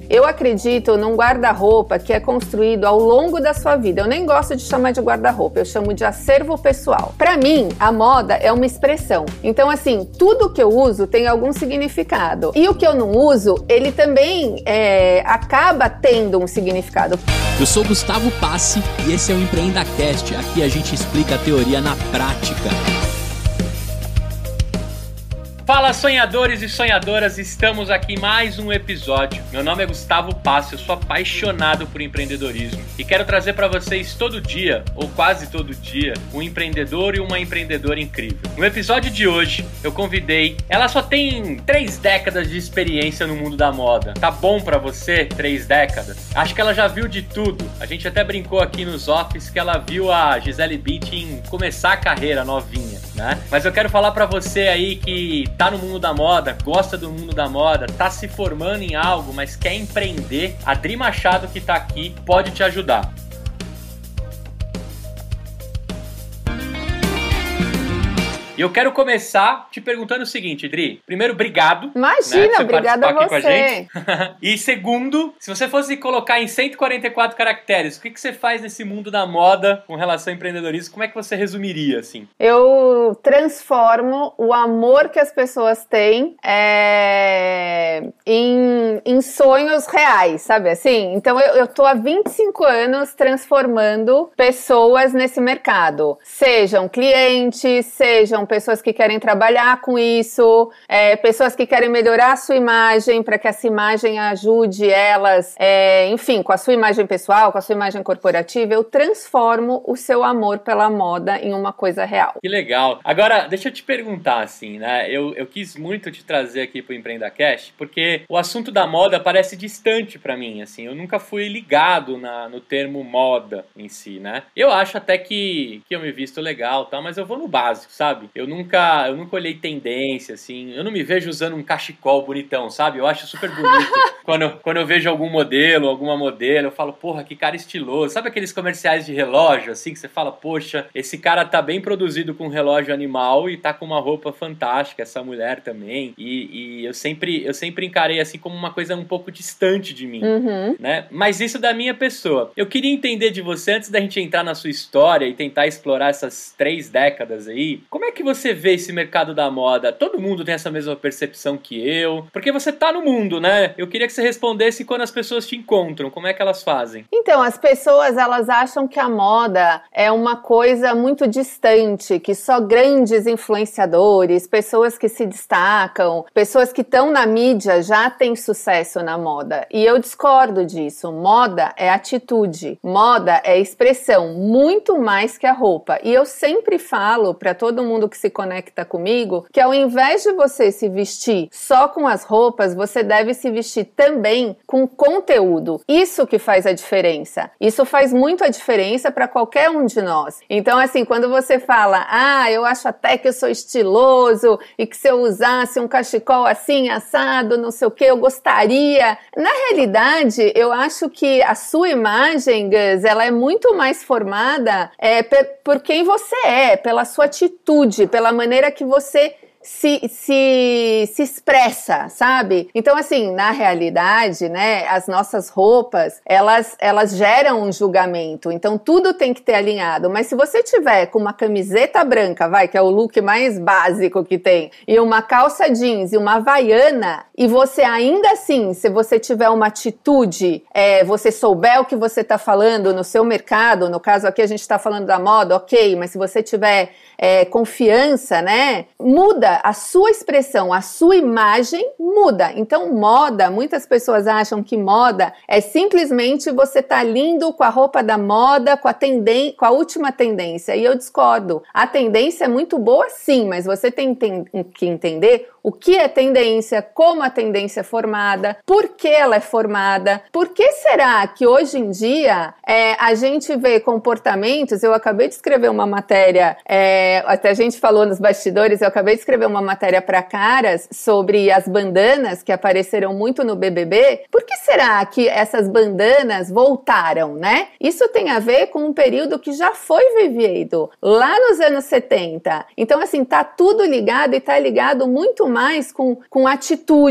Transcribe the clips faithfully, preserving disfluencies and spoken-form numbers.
eu acredito num guarda-roupa que é construído ao longo da sua vida. Eu nem gosto de chamar de guarda-roupa, eu chamo de acervo pessoal. Para mim, a moda é uma expressão. Então, assim, tudo que eu uso tem algum significado. E o que eu não uso, ele também é, acaba tendo um significado. Eu sou Gustavo Passi e esse é o EmpreendaCast. Aqui a gente explica a teoria na prática. Fala, sonhadores e sonhadoras, estamos aqui em mais um episódio. Meu nome é Gustavo Passi, eu sou apaixonado por empreendedorismo e quero trazer para vocês todo dia, ou quase todo dia, um empreendedor e uma empreendedora incrível. No episódio de hoje, eu convidei, ela só tem três décadas de experiência no mundo da moda. Tá bom para você, três décadas? Acho que ela já viu de tudo. A gente até brincou aqui nos office que ela viu a Gisele Bündchen começar a carreira novinha, né? Mas eu quero falar para você aí que tá no mundo da moda, gosta do mundo da moda, tá se formando em algo, mas quer empreender, a Dri Machado que tá aqui pode te ajudar. E eu quero começar te perguntando o seguinte, Dri. Primeiro, obrigado. Imagina, né, obrigada a você. E segundo, se você fosse colocar em cento e quarenta e quatro caracteres, o que, que você faz nesse mundo da moda com relação ao empreendedorismo? Como é que você resumiria, assim? Eu transformo o amor que as pessoas têm é, em, em sonhos reais, sabe assim? Então, eu, eu tô há vinte e cinco anos transformando pessoas nesse mercado. Sejam clientes, sejam pessoas que querem trabalhar com isso, é, pessoas que querem melhorar a sua imagem para que essa imagem ajude elas, é, enfim, com a sua imagem pessoal, com a sua imagem corporativa. Eu transformo o seu amor pela moda em uma coisa real. Que legal. Agora, deixa eu te perguntar, assim, né? Eu, eu quis muito te trazer aqui pro EmpreendaCast, porque o assunto da moda parece distante para mim, assim. Eu nunca fui ligado na, no termo moda em si, né? Eu acho até que, que eu me visto legal, tá? Mas eu vou no básico, sabe? Eu nunca, eu nunca olhei tendência, assim. Eu não me vejo usando um cachecol bonitão, sabe? Eu acho super bonito. quando, quando eu vejo algum modelo, alguma modelo, eu falo, porra, que cara estiloso. Sabe aqueles comerciais de relógio, assim, que você fala, poxa, esse cara tá bem produzido com um relógio animal e tá com uma roupa fantástica, essa mulher também. E, e eu, sempre, eu sempre encarei, assim, como uma coisa um pouco distante de mim, uhum. né? Mas isso da minha pessoa. Eu queria entender de você, antes da gente entrar na sua história e tentar explorar essas três décadas aí, como é que você vê esse mercado da moda? Todo mundo tem essa mesma percepção que eu? Porque você tá no mundo, né? Eu queria que você respondesse quando as pessoas te encontram, como é que elas fazem? Então, as pessoas, elas acham que a moda é uma coisa muito distante, que só grandes influenciadores, pessoas que se destacam, pessoas que estão na mídia já têm sucesso na moda. E eu discordo disso. Moda é atitude, moda é expressão, muito mais que a roupa. E eu sempre falo para todo mundo que se conecta comigo, que ao invés de você se vestir só com as roupas, você deve se vestir também com conteúdo. Isso que faz a diferença. Isso faz muito a diferença para qualquer um de nós. Então, assim, quando você fala, ah, eu acho até que eu sou estiloso e que se eu usasse um cachecol assim, assado, não sei o que, eu gostaria. Na realidade, eu acho que a sua imagem, Gus, ela é muito mais formada é, por quem você é, pela sua atitude, pela maneira que você se, se, se expressa, sabe? Então, assim, na realidade, né, as nossas roupas, elas, elas geram um julgamento, então tudo tem que ter alinhado, mas se você tiver com uma camiseta branca, vai, que é o look mais básico que tem, e uma calça jeans e uma havaiana, e você ainda assim, se você tiver uma atitude, é, você souber o que você tá falando no seu mercado, no caso aqui a gente tá falando da moda, ok, mas se você tiver é, confiança, né, muda a sua expressão, a sua imagem muda. Então, moda, muitas pessoas acham que moda é simplesmente você tá lindo com a roupa da moda, com a, tenden- com a última tendência. E eu discordo. A tendência é muito boa, sim, mas você tem que entender o que é tendência, como a tendência é formada, por que ela é formada, por que será que hoje em dia é, a gente vê comportamentos. Eu acabei de escrever uma matéria, é, até a gente falou nos bastidores, eu acabei de escrever uma matéria para Caras sobre as bandanas que apareceram muito no B B B. Por que será que essas bandanas voltaram, né? Isso tem a ver com um período que já foi vivido lá nos anos setenta. Então, assim, tá tudo ligado e tá ligado muito mais com, com atitude,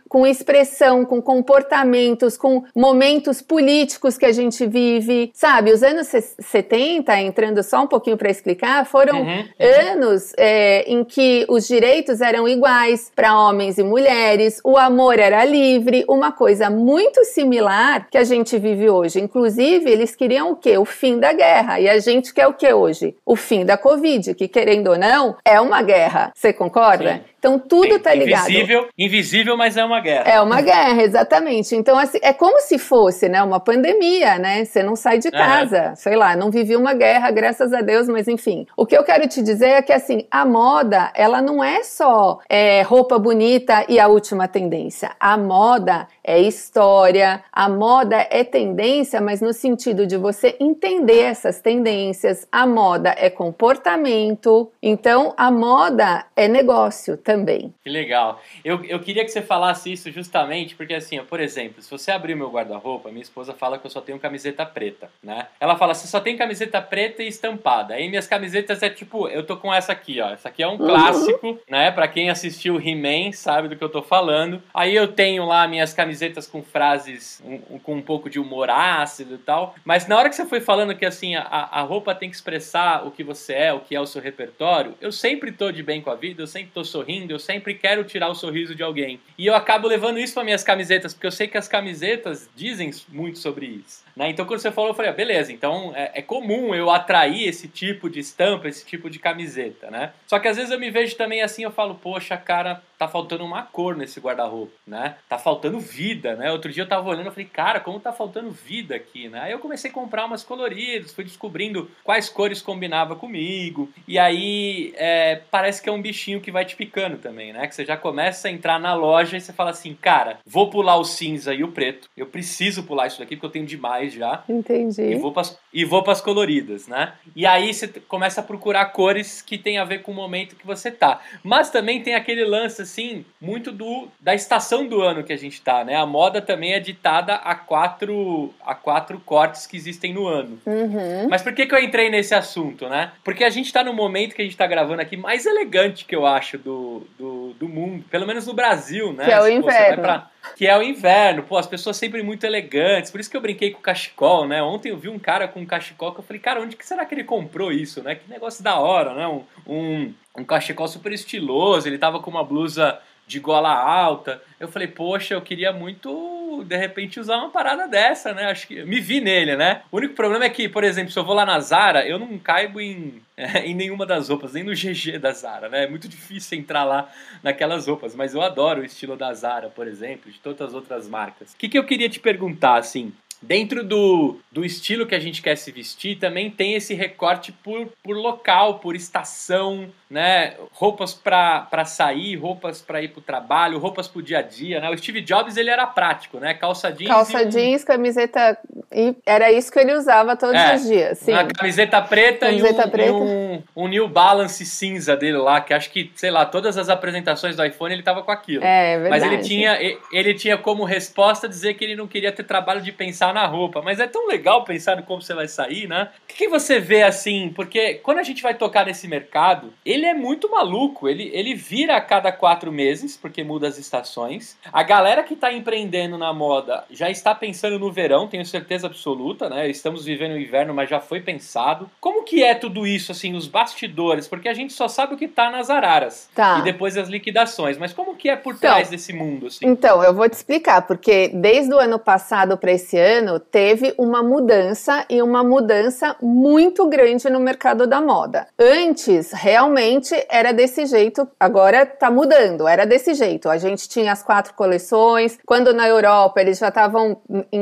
com expressão, com comportamentos, com momentos políticos que a gente vive, sabe? Os anos setenta, entrando só um pouquinho para explicar, foram uhum, uhum. anos é, em que os direitos eram iguais para homens e mulheres, o amor era livre, uma coisa muito similar que a gente vive hoje. Inclusive, eles queriam o quê? O fim da guerra. E a gente quer o quê hoje? O fim da Covid, que querendo ou não, é uma guerra. Você concorda? Sim. Então tudo está ligado. Invisível, invisível, mas é uma guerra. É uma guerra, exatamente. Então assim, é como se fosse, né, uma pandemia, né? Você não sai de casa, uhum. sei lá, não vivi uma guerra, graças a Deus, mas enfim. O que eu quero te dizer é que assim, a moda, ela não é só é, roupa bonita e a última tendência. A moda é história, a moda é tendência, mas no sentido de você entender essas tendências. A moda é comportamento, então a moda é negócio também. Que legal. Eu, eu queria que você falasse isso justamente porque, assim, ó, por exemplo, se você abrir o meu guarda-roupa, minha esposa fala que eu só tenho camiseta preta, né? Ela fala, você só tem camiseta preta e estampada. Aí minhas camisetas é tipo, eu tô com essa aqui, ó. Essa aqui é um uhum. clássico, né? Pra quem assistiu He-Man sabe do que eu tô falando. Aí eu tenho lá minhas camisetas com frases um, com um pouco de humor ácido e tal. Mas na hora que você foi falando que, assim, a, a roupa tem que expressar o que você é, o que é o seu repertório, eu sempre tô de bem com a vida, eu sempre tô sorrindo, eu sempre quero tirar o sorriso de alguém. E eu acabo levando isso para minhas camisetas, porque eu sei que as camisetas dizem muito sobre isso. Né? Então, quando você falou, eu falei, ah, beleza, então é, é comum eu atrair esse tipo de estampa, esse tipo de camiseta, né? Só que às vezes eu me vejo também assim, eu falo, poxa, cara, tá faltando uma cor nesse guarda-roupa, né? Tá faltando vida, né? Outro dia eu tava olhando, eu falei, cara, como tá faltando vida aqui, né? Aí eu comecei a comprar umas coloridas, fui descobrindo quais cores combinavam comigo, e aí é, parece que é um bichinho que vai te picando também, né? Que você já começa a entrar na loja e você fala assim, cara, vou pular o cinza e o preto, eu preciso pular isso daqui porque eu tenho demais já. Entendi. E vou pras, e vou pras coloridas, né? E aí você começa a procurar cores que tem a ver com o momento que você tá. Mas também tem aquele lance, assim, muito do, da estação do ano que a gente tá, né? A moda também é ditada a quatro, a quatro cortes que existem no ano. Uhum. Mas por que que eu entrei nesse assunto, né? Porque a gente tá no momento que a gente tá gravando aqui mais elegante que eu acho do, do, do mundo, pelo menos no Brasil, né? Que é o Pô, inverno. Pra, que é o inverno. Pô, as pessoas sempre muito elegantes, por isso que eu brinquei com o cachecol, né? Ontem eu vi um cara com um cachecol que eu falei, cara, onde que será que ele comprou isso, né? Que negócio da hora, né? Um, um, um cachecol super estiloso, ele tava com uma blusa de gola alta. Eu falei, poxa, eu queria muito, de repente, usar uma parada dessa, né? Acho que me vi nele, né? O único problema é que, por exemplo, se eu vou lá na Zara, eu não caibo em, é, em nenhuma das roupas, nem no G G da Zara, né? É muito difícil entrar lá naquelas roupas, mas eu adoro o estilo da Zara, por exemplo, de todas as outras marcas. O que que eu queria te perguntar, assim? Dentro do, do estilo que a gente quer se vestir, também tem esse recorte por, por local, por estação, né? Roupas para sair, roupas para ir para o trabalho, roupas para o dia a dia, né? O Steve Jobs, ele era prático, né? Calça jeans. Calça um... jeans, camiseta. E era isso que ele usava todos é, os dias. Sim. Uma camiseta preta, camiseta e, um, preta. e um, um New Balance cinza dele lá, que acho que, sei lá, todas as apresentações do iPhone ele tava com aquilo. É, é verdade. Mas ele tinha, ele tinha como resposta dizer que ele não queria ter trabalho de pensar na roupa. Mas é tão legal pensar no como você vai sair, né? O que, que você vê assim? Porque quando a gente vai tocar nesse mercado, ele é muito maluco. Ele, ele vira a cada quatro meses, porque muda as estações. A galera que tá empreendendo na moda já está pensando no verão, tenho certeza absoluta, né? Estamos vivendo o inverno, mas já foi pensado. Como que é tudo isso, assim, os bastidores? Porque a gente só sabe o que tá nas araras. Tá. E depois as liquidações. Mas como que é por trás então, desse mundo, assim? Então, eu vou te explicar, porque desde o ano passado para esse ano, teve uma mudança e uma mudança muito grande no mercado da moda. Antes, realmente, era desse jeito, agora tá mudando, era desse jeito. A gente tinha as quatro coleções, quando na Europa eles já estavam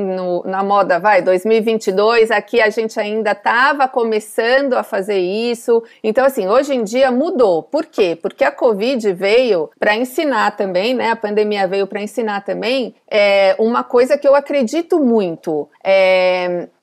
na moda, vai, dois mil e vinte e dois, aqui a gente ainda estava começando a fazer isso. Então, assim, hoje em dia mudou. Por quê? Porque a Covid veio para ensinar também, né? A pandemia veio para ensinar também é, uma coisa que eu acredito muito. É,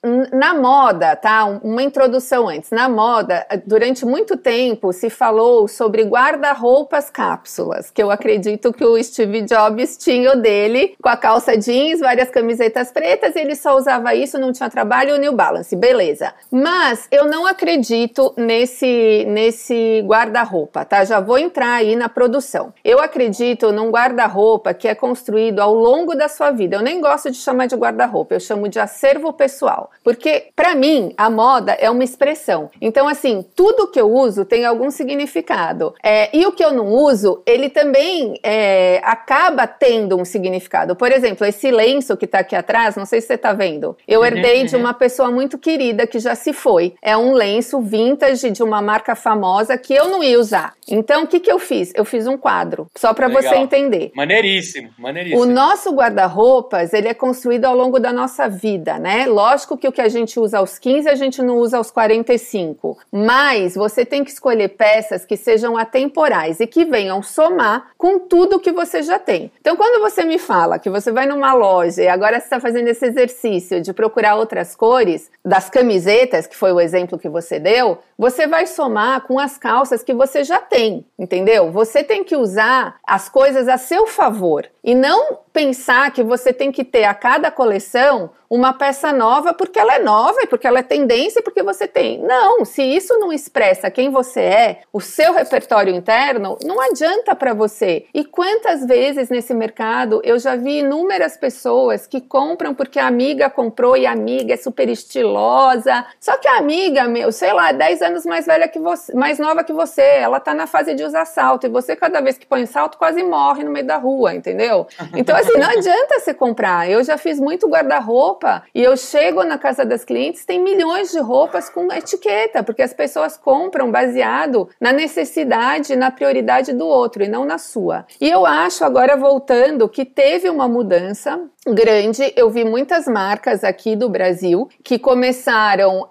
na moda, tá? Uma introdução antes. Na moda, durante muito tempo se falou sobre guarda-roupas cápsulas, que eu acredito que o Steve Jobs tinha o dele, com a calça jeans, várias camisetas pretas, e ele só usava isso, não tinha trabalho, e o New Balance, beleza. Mas eu não acredito nesse, nesse guarda-roupa, tá? Já vou entrar aí na produção. Eu acredito num guarda-roupa que é construído ao longo da sua vida. Eu nem gosto de chamar de guarda-roupa, eu chamo de acervo pessoal. Porque, pra mim, a moda é uma expressão. Então, assim, tudo que eu uso tem algum significado. É, e o que eu não uso, ele também é, acaba tendo um significado. Por exemplo, esse lenço que tá aqui atrás, não sei se você tá vendo. Eu herdei uhum. de uma pessoa muito querida que já se foi. É um lenço vintage de uma marca famosa que eu não ia usar. Então, o que que eu fiz? Eu fiz um quadro, só pra Legal. Você entender. Maneiríssimo, maneiríssimo. O nosso guarda-roupas, ele é construído ao longo da nossa vida, né? Lógico que o que a gente usa aos quinze, a gente não usa aos quarenta e cinco. Mas você tem que escolher peças que sejam atemporais e que venham somar com tudo que você já tem. Então, quando você me fala que você vai numa loja e agora você está fazendo esse exercício de procurar outras cores, das camisetas, que foi o exemplo que você deu, você vai somar com as calças que você já tem, entendeu? Você tem que usar as coisas a seu favor e não pensar que você tem que ter a cada coleção uma peça nova porque ela é nova e porque ela é tendência e porque você tem. Não, se isso não expressa quem você é, o seu repertório interno, não adianta para você. E quantas vezes nesse mercado eu já vi inúmeras pessoas que compram porque a amiga comprou e a amiga é super estilosa. Só que a amiga, meu, sei lá, dez anos mais velha que você, mais nova que você, ela tá na fase de usar salto e você cada vez que põe salto quase morre no meio da rua, entendeu? Então assim, não adianta você comprar. Eu já fiz muito guarda-roupa e eu chego na casa das clientes, tem milhões de roupas com etiqueta, porque as pessoas compram baseado na necessidade, na prioridade do outro e não na sua. E eu acho, agora voltando, que teve uma mudança grande. Eu vi muitas marcas aqui do Brasil que começaram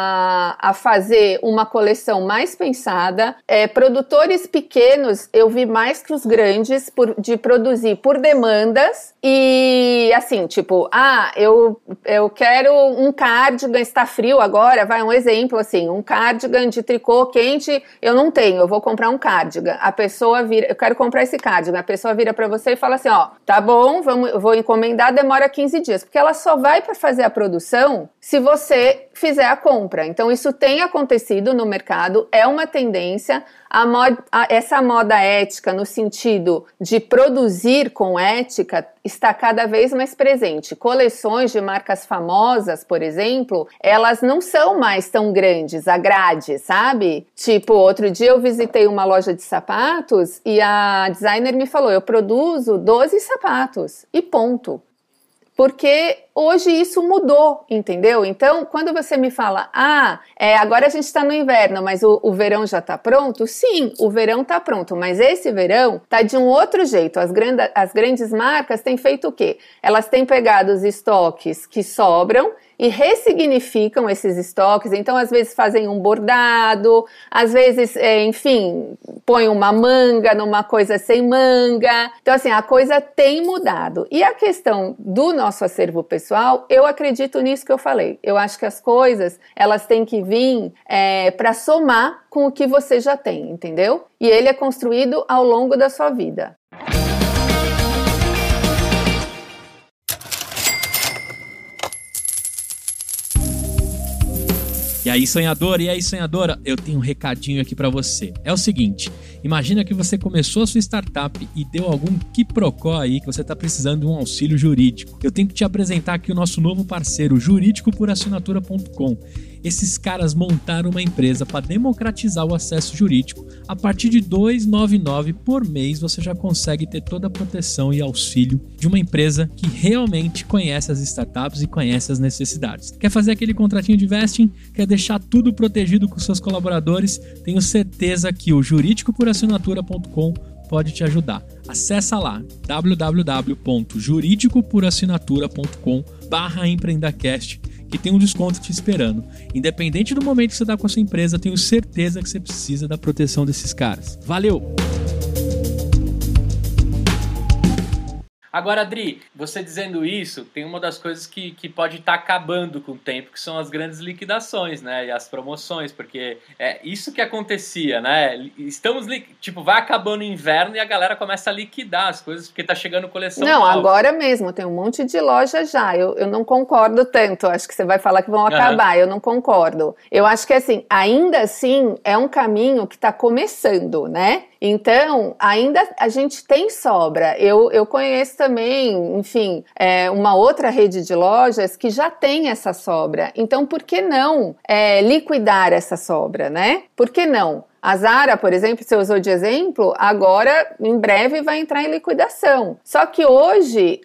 a, a fazer uma coleção mais pensada. É, produtores pequenos, eu vi mais que os grandes por, de produzir por demandas e assim, tipo, ah, eu, eu quero um cardigan, está frio agora, vai um exemplo assim, um cardigan de tricô quente, eu não tenho, eu vou comprar um cardigan. A pessoa vira, eu quero comprar esse cardigan, a pessoa vira pra você e fala assim, ó, tá bom, vamos, eu vou encomendar, demora quinze dias, porque ela só vai para fazer a produção se você fizer a compra. Então isso tem acontecido no mercado, é uma tendência, a moda, a, essa moda ética no sentido de produzir com ética está cada vez mais presente. Coleções de marcas famosas, por exemplo, elas não são mais tão grandes, a grade, sabe? Tipo, outro dia eu visitei uma loja de sapatos e a designer me falou, eu produzo doze sapatos e ponto. Porque hoje isso mudou, entendeu? Então, quando você me fala, ah, é, agora a gente está no inverno, mas o, o verão já está pronto? Sim, o verão está pronto, mas esse verão está de um outro jeito. As, grande, as grandes marcas têm feito o quê? Elas têm pegado os estoques que sobram e ressignificam esses estoques, então às vezes fazem um bordado, às vezes, é, enfim, põem uma manga numa coisa sem manga. Então assim, a coisa tem mudado. E a questão do nosso acervo pessoal, eu acredito nisso que eu falei. Eu acho que as coisas, elas têm que vir é, para somar com o que você já tem, entendeu? E ele é construído ao longo da sua vida. E aí, sonhador, e aí, sonhadora, eu tenho um recadinho aqui pra você. É o seguinte, imagina que você começou a sua startup e deu algum quiprocó aí que você tá precisando de um auxílio jurídico. Eu tenho que te apresentar aqui o nosso novo parceiro, jurídico por assinatura ponto com. Esses caras montaram uma empresa para democratizar o acesso jurídico. A partir de dois reais e noventa e nove centavos por mês, você já consegue ter toda a proteção e auxílio de uma empresa que realmente conhece as startups e conhece as necessidades. Quer fazer aquele contratinho de vesting? Quer deixar tudo protegido com seus colaboradores? Tenho certeza que o jurídico por assinatura ponto com pode te ajudar. Acessa lá w w w ponto jurídico por assinatura ponto com barra empreendacast que tem um desconto te esperando. Independente do momento que você está com a sua empresa, tenho certeza que você precisa da proteção desses caras. Valeu! Agora, Adri, você dizendo isso, tem uma das coisas que, que pode estar tá acabando com o tempo, que são as grandes liquidações, né? E as promoções, porque é isso que acontecia, né? Estamos, tipo, vai acabando o inverno e a galera começa a liquidar as coisas, porque tá chegando coleção Não, nova. Agora mesmo, tem um monte de loja já. Eu, eu não concordo tanto, acho que você vai falar que vão acabar, uhum. Eu não concordo. Eu acho que, assim, ainda assim, é um caminho que tá começando, né? Então, ainda a gente tem sobra. Eu, eu conheço também, enfim, é, uma outra rede de lojas que já tem essa sobra. Então, por que não é, liquidar essa sobra, né? Por que não? A Zara, por exemplo, você usou de exemplo, agora, em breve, vai entrar em liquidação. Só que hoje,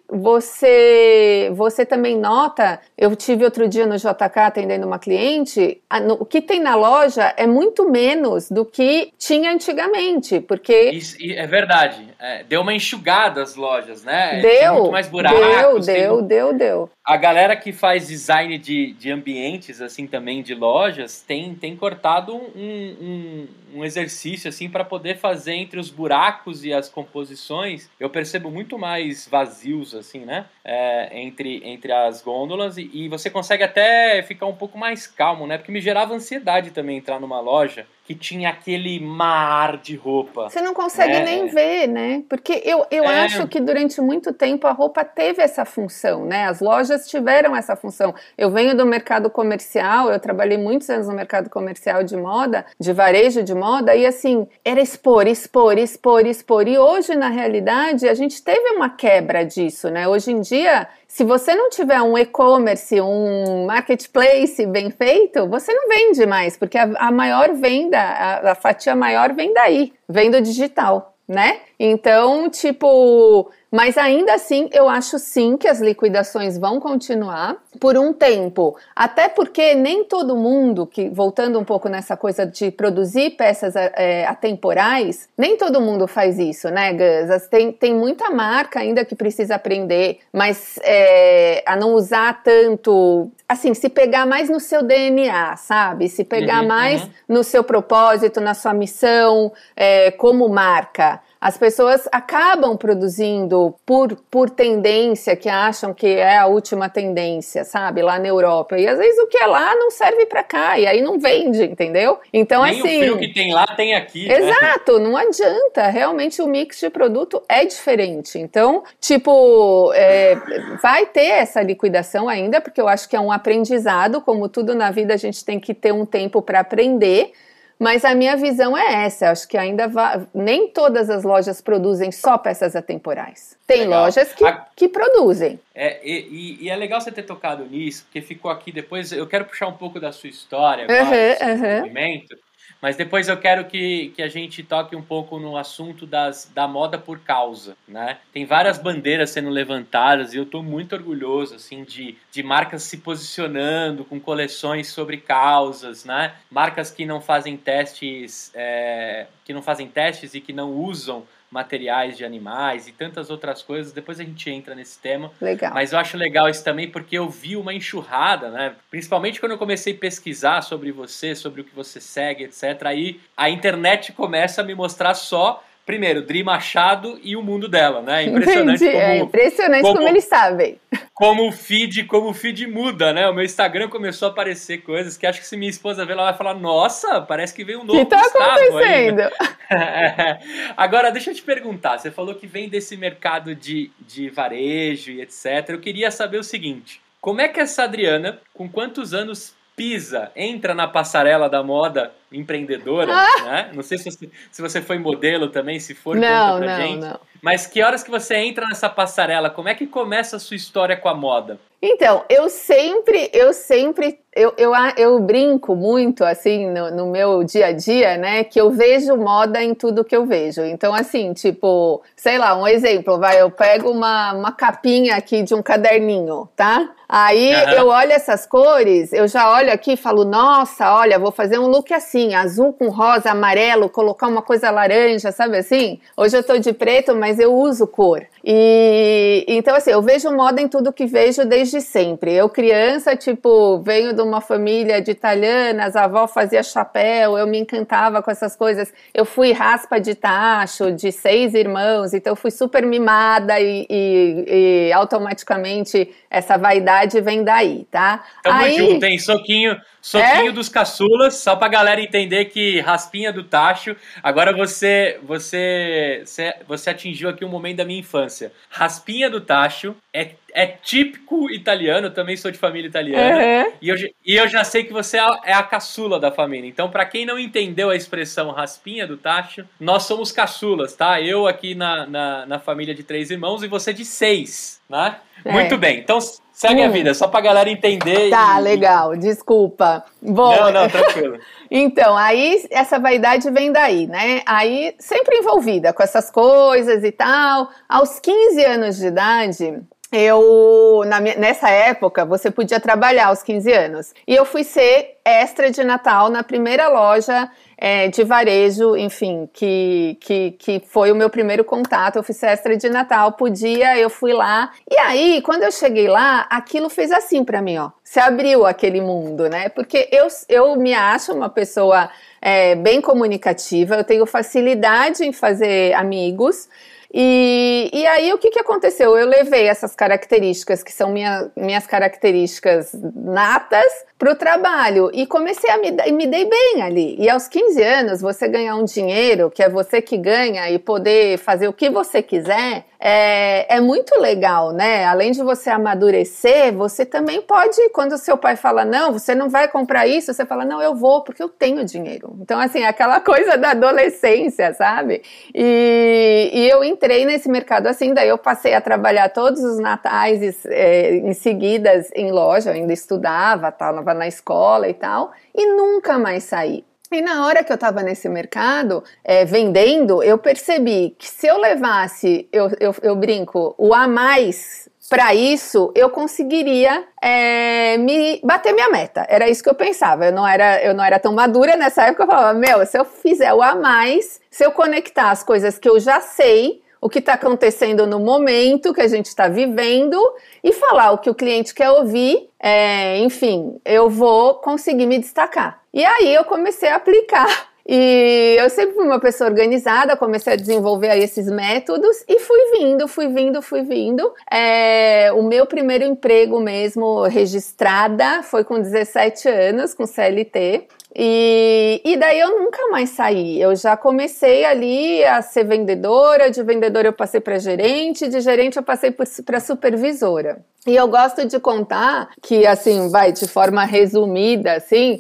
você, você também nota, eu tive outro dia no J K atendendo uma cliente, a, no, o que tem na loja é muito menos do que tinha antigamente, porque... Isso, é verdade, é, deu uma enxugada as lojas, né? Deu, tem muito mais buracos. Deu, deu, tem... deu, deu. A galera que faz design de, de ambientes, assim, também de lojas, tem, tem cortado um, um, um exercício, assim, para poder fazer entre os buracos e as composições. Eu percebo muito mais vazios, assim, né? É, entre, entre as gôndolas e, e você consegue até ficar um pouco mais calmo, né? Porque me gerava ansiedade também entrar numa loja que tinha aquele mar de roupa. Você não consegue né? nem ver, né? Porque eu, eu é. acho que durante muito tempo a roupa teve essa função, né? As lojas tiveram essa função. Eu venho do mercado comercial, eu trabalhei muitos anos no mercado comercial de moda, de varejo de moda, e assim, era expor, expor, expor, expor. E hoje, na realidade, a gente teve uma quebra disso, né? Hoje em dia, se você não tiver um e-commerce, um marketplace bem feito, você não vende mais, porque a, a maior venda, a, a fatia maior vem daí, vem do digital, né? Então, tipo... Mas ainda assim, eu acho sim que as liquidações vão continuar por um tempo. Até porque nem todo mundo, que voltando um pouco nessa coisa de produzir peças é, atemporais, nem todo mundo faz isso, né, Gus? Tem, tem muita marca ainda que precisa aprender, mas é, a não usar tanto... Assim, se pegar mais no seu D N A, sabe? Se pegar uhum, mais uhum. no seu propósito, na sua missão, é, como marca. As pessoas acabam produzindo por, por tendência, que acham que é a última tendência, sabe? Lá na Europa. E às vezes o que é lá não serve pra cá, e aí não vende, entendeu? Então, nem assim... o fio que tem lá tem aqui. Exato, né? Não adianta. Realmente o mix de produto é diferente. Então, tipo, é, vai ter essa liquidação ainda, porque eu acho que é um aprendizado. Como tudo na vida, a gente tem que ter um tempo para aprender. Mas a minha visão é essa, acho que ainda vai, nem todas as lojas produzem só peças atemporais. Tem legal. Lojas que, a... que produzem. É, e, e é legal você ter tocado nisso, porque ficou aqui depois, eu quero puxar um pouco da sua história, uhum, agora, do seu uhum. desenvolvimento, mas depois eu quero que, que a gente toque um pouco no assunto das, da moda por causa, né? Tem várias bandeiras sendo levantadas e eu estou muito orgulhoso, assim, de, de marcas se posicionando com coleções sobre causas, né? Marcas que não fazem testes, é, que não fazem testes e que não usam materiais de animais e tantas outras coisas. Depois a gente entra nesse tema. Legal. Mas eu acho legal isso também porque eu vi uma enxurrada, né? Principalmente quando eu comecei a pesquisar sobre você, sobre o que você segue, etcétera. Aí a internet começa a me mostrar só, primeiro, Dri Machado e o mundo dela, né? Impressionante. Como, é impressionante como, como eles sabem. Como o feed, como o feed muda, né? O meu Instagram começou a aparecer coisas que acho que se minha esposa ver, ela vai falar, nossa, parece que veio um novo que tá Gustavo acontecendo? Aí. Agora, deixa eu te perguntar, você falou que vem desse mercado de, de varejo e etcétera. Eu queria saber o seguinte, como é que essa Adriana, com quantos anos pisa, entra na passarela da moda empreendedora, ah! né? Não sei se você, se você foi modelo também, se for, não, conta pra não, gente. Não. Mas que horas que você entra nessa passarela? Como é que começa a sua história com a moda? Então, eu sempre, eu sempre, eu, eu, eu brinco muito, assim, no, no meu dia a dia, né, que eu vejo moda em tudo que eu vejo. Então, assim, tipo, sei lá, um exemplo, vai, eu pego uma, uma capinha aqui de um caderninho, tá? Aí uhum. eu olho essas cores, eu já olho aqui e falo, nossa, olha, vou fazer um look assim, azul com rosa, amarelo, colocar uma coisa laranja, sabe assim? Hoje eu tô de preto, mas eu uso cor. E então, assim, eu vejo moda em tudo que vejo desde sempre. Eu, criança, tipo, venho de uma família de italianas, a avó fazia chapéu, eu me encantava com essas coisas. Eu fui raspa de tacho, de seis irmãos, então eu fui super mimada e, e, e automaticamente essa vaidade vem daí, tá? Tamo Aí... junto, hein? Soquinho, soquinho é? dos caçulas, só pra galera entender que raspinha do tacho. Agora você, você, você, você atingiu aqui um momento da minha infância. Raspinha do tacho é, é típico italiano, eu também sou de família italiana. Uhum. E, eu, e eu já sei que você é a caçula da família. Então, pra quem não entendeu a expressão raspinha do tacho, nós somos caçulas, tá? Eu aqui na, na, na família de três irmãos e você de seis, né? É. Muito bem, então segue hum. a vida, só pra galera entender. Tá, e... legal, desculpa. Bom, não, não, tranquilo. Então, aí essa vaidade vem daí, né? Aí sempre envolvida com essas coisas e tal. Aos quinze anos de idade, eu, na minha, nessa época, você podia trabalhar aos quinze anos. E eu fui ser extra de Natal na primeira loja é, de varejo, enfim, que, que, que foi o meu primeiro contato. Eu fui ser extra de Natal, podia, eu fui lá. E aí, quando eu cheguei lá, aquilo fez assim pra mim, ó. Se abriu aquele mundo, né? Porque eu, eu me acho uma pessoa é, bem comunicativa, eu tenho facilidade em fazer amigos. E, e aí o que, que aconteceu? Eu levei essas características, que são minha, minhas características natas, para o trabalho e comecei a me, me dei bem ali. E aos quinze anos, você ganhar um dinheiro, que é você que ganha, e poder fazer o que você quiser, é, é muito legal, né? Além de você amadurecer, você também pode, quando o seu pai fala, não, você não vai comprar isso, você fala, não, eu vou, porque eu tenho dinheiro. Então, assim, aquela coisa da adolescência, sabe? E, e eu entrei nesse mercado assim, daí eu passei a trabalhar todos os natais é, em seguidas em loja, eu ainda estudava, estava na escola e tal, e nunca mais saí. E na hora que eu estava nesse mercado, é, vendendo, eu percebi que se eu levasse, eu, eu, eu brinco, o a mais para isso, eu conseguiria é, me bater minha meta. Era isso que eu pensava. Eu não era, eu não era tão madura nessa época. Eu falava, meu, se eu fizer o a mais, se eu conectar as coisas que eu já sei, o que está acontecendo no momento que a gente está vivendo e falar o que o cliente quer ouvir, é, enfim, eu vou conseguir me destacar. E aí eu comecei a aplicar. E eu sempre fui uma pessoa organizada, comecei a desenvolver aí esses métodos e fui vindo, fui vindo, fui vindo. É, o meu primeiro emprego mesmo registrada foi com dezessete anos, com C L T. E, e daí eu nunca mais saí, eu já comecei ali a ser vendedora, de vendedora eu passei para gerente, de gerente eu passei para supervisora. E eu gosto de contar que, assim, vai, de forma resumida, assim,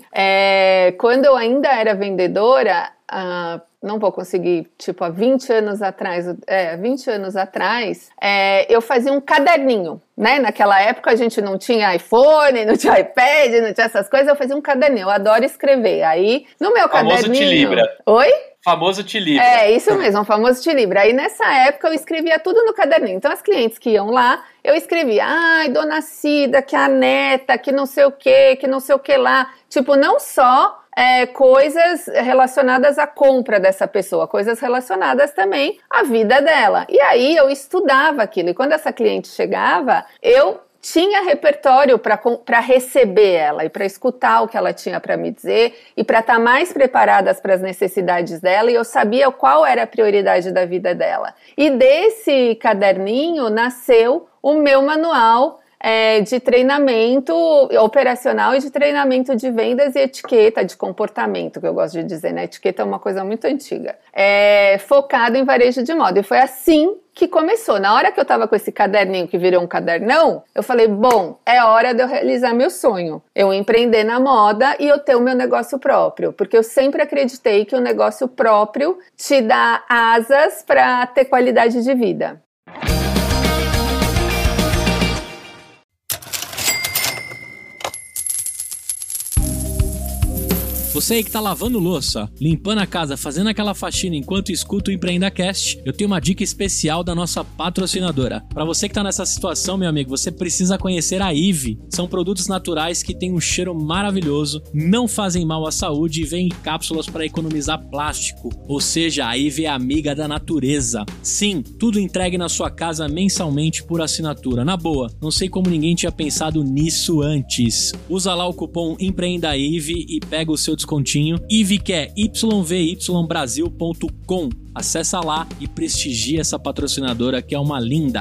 é, quando eu ainda era vendedora, ah, não vou conseguir, tipo, há vinte anos atrás, é, vinte anos atrás, é, eu fazia um caderninho, né? Naquela época a gente não tinha iPhone, não tinha iPad, não tinha essas coisas, eu fazia um caderninho, eu adoro escrever. Aí, no meu famoso caderninho... Te Libra. Oi? Famoso Te Libra. É, isso mesmo, o famoso Te Libra. Aí nessa época eu escrevia tudo no caderninho. Então as clientes que iam lá, eu escrevia, ai, dona Cida, que a neta, que não sei o que, que não sei o que lá. Tipo, não só é, coisas relacionadas à compra dessa pessoa, coisas relacionadas também à vida dela. E aí eu estudava aquilo. E quando essa cliente chegava, eu tinha repertório para receber ela e para escutar o que ela tinha para me dizer e para estar mais preparadas para as necessidades dela, e eu sabia qual era a prioridade da vida dela. E desse caderninho nasceu o meu manual é, de treinamento operacional e de treinamento de vendas e etiqueta de comportamento, que eu gosto de dizer, né? Etiqueta é uma coisa muito antiga. É, focado em varejo de moda. E foi assim que começou. Na hora que eu tava com esse caderninho que virou um cadernão, eu falei, bom, é hora de eu realizar meu sonho. Eu empreender na moda e eu ter o meu negócio próprio. Porque eu sempre acreditei que o negócio próprio te dá asas para ter qualidade de vida. você aí que tá lavando louça, limpando a casa, fazendo aquela faxina enquanto escuta o EmpreendaCast, eu tenho uma dica especial da nossa patrocinadora. Para você que tá nessa situação, meu amigo, você precisa conhecer a Ive. São produtos naturais que têm um cheiro maravilhoso, não fazem mal à saúde e vêm em cápsulas para economizar plástico. Ou seja, a Ive é amiga da natureza. Sim, tudo entregue na sua casa mensalmente por assinatura. Na boa, não sei como ninguém tinha pensado nisso antes. Usa lá o cupom EmpreendaIve e pega o seu descontinho. Ive que é y v y brasil ponto com. Acessa lá e prestigia essa patrocinadora que é uma linda.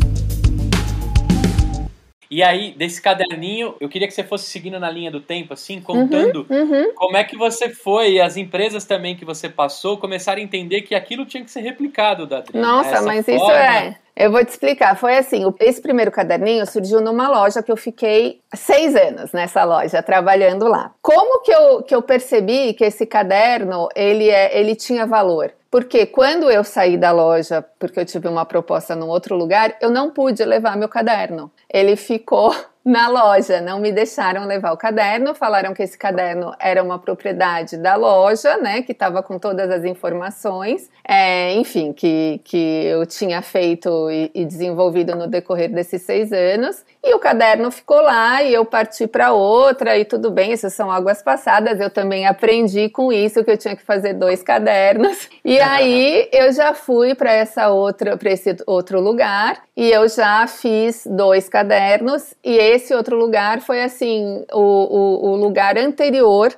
E aí, desse caderninho, eu queria que você fosse seguindo na linha do tempo, assim, contando uhum, uhum. como é que você foi e as empresas também que você passou começaram a entender que aquilo tinha que ser replicado da Adri. Nossa, Essa mas forma... isso é... Eu vou te explicar. Foi assim, esse primeiro caderninho surgiu numa loja que eu fiquei seis anos nessa loja, trabalhando lá. Como que eu, que eu percebi que esse caderno, ele, é, ele tinha valor? Porque quando eu saí da loja, porque eu tive uma proposta num outro lugar, eu não pude levar meu caderno. Ele ficou na loja, não me deixaram levar o caderno, falaram que esse caderno era uma propriedade da loja, né, que estava com todas as informações, é, enfim, que, que eu tinha feito e, e desenvolvido no decorrer desses seis anos, e o caderno ficou lá e eu parti para outra e tudo bem, isso são águas passadas, eu também aprendi com isso que eu tinha que fazer dois cadernos, e aí eu já fui para essa outra, para esse outro lugar e eu já fiz dois cadernos e esse outro lugar foi assim, o, o, o lugar anterior,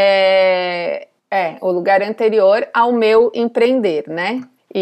é, é, o lugar anterior ao meu empreender, né?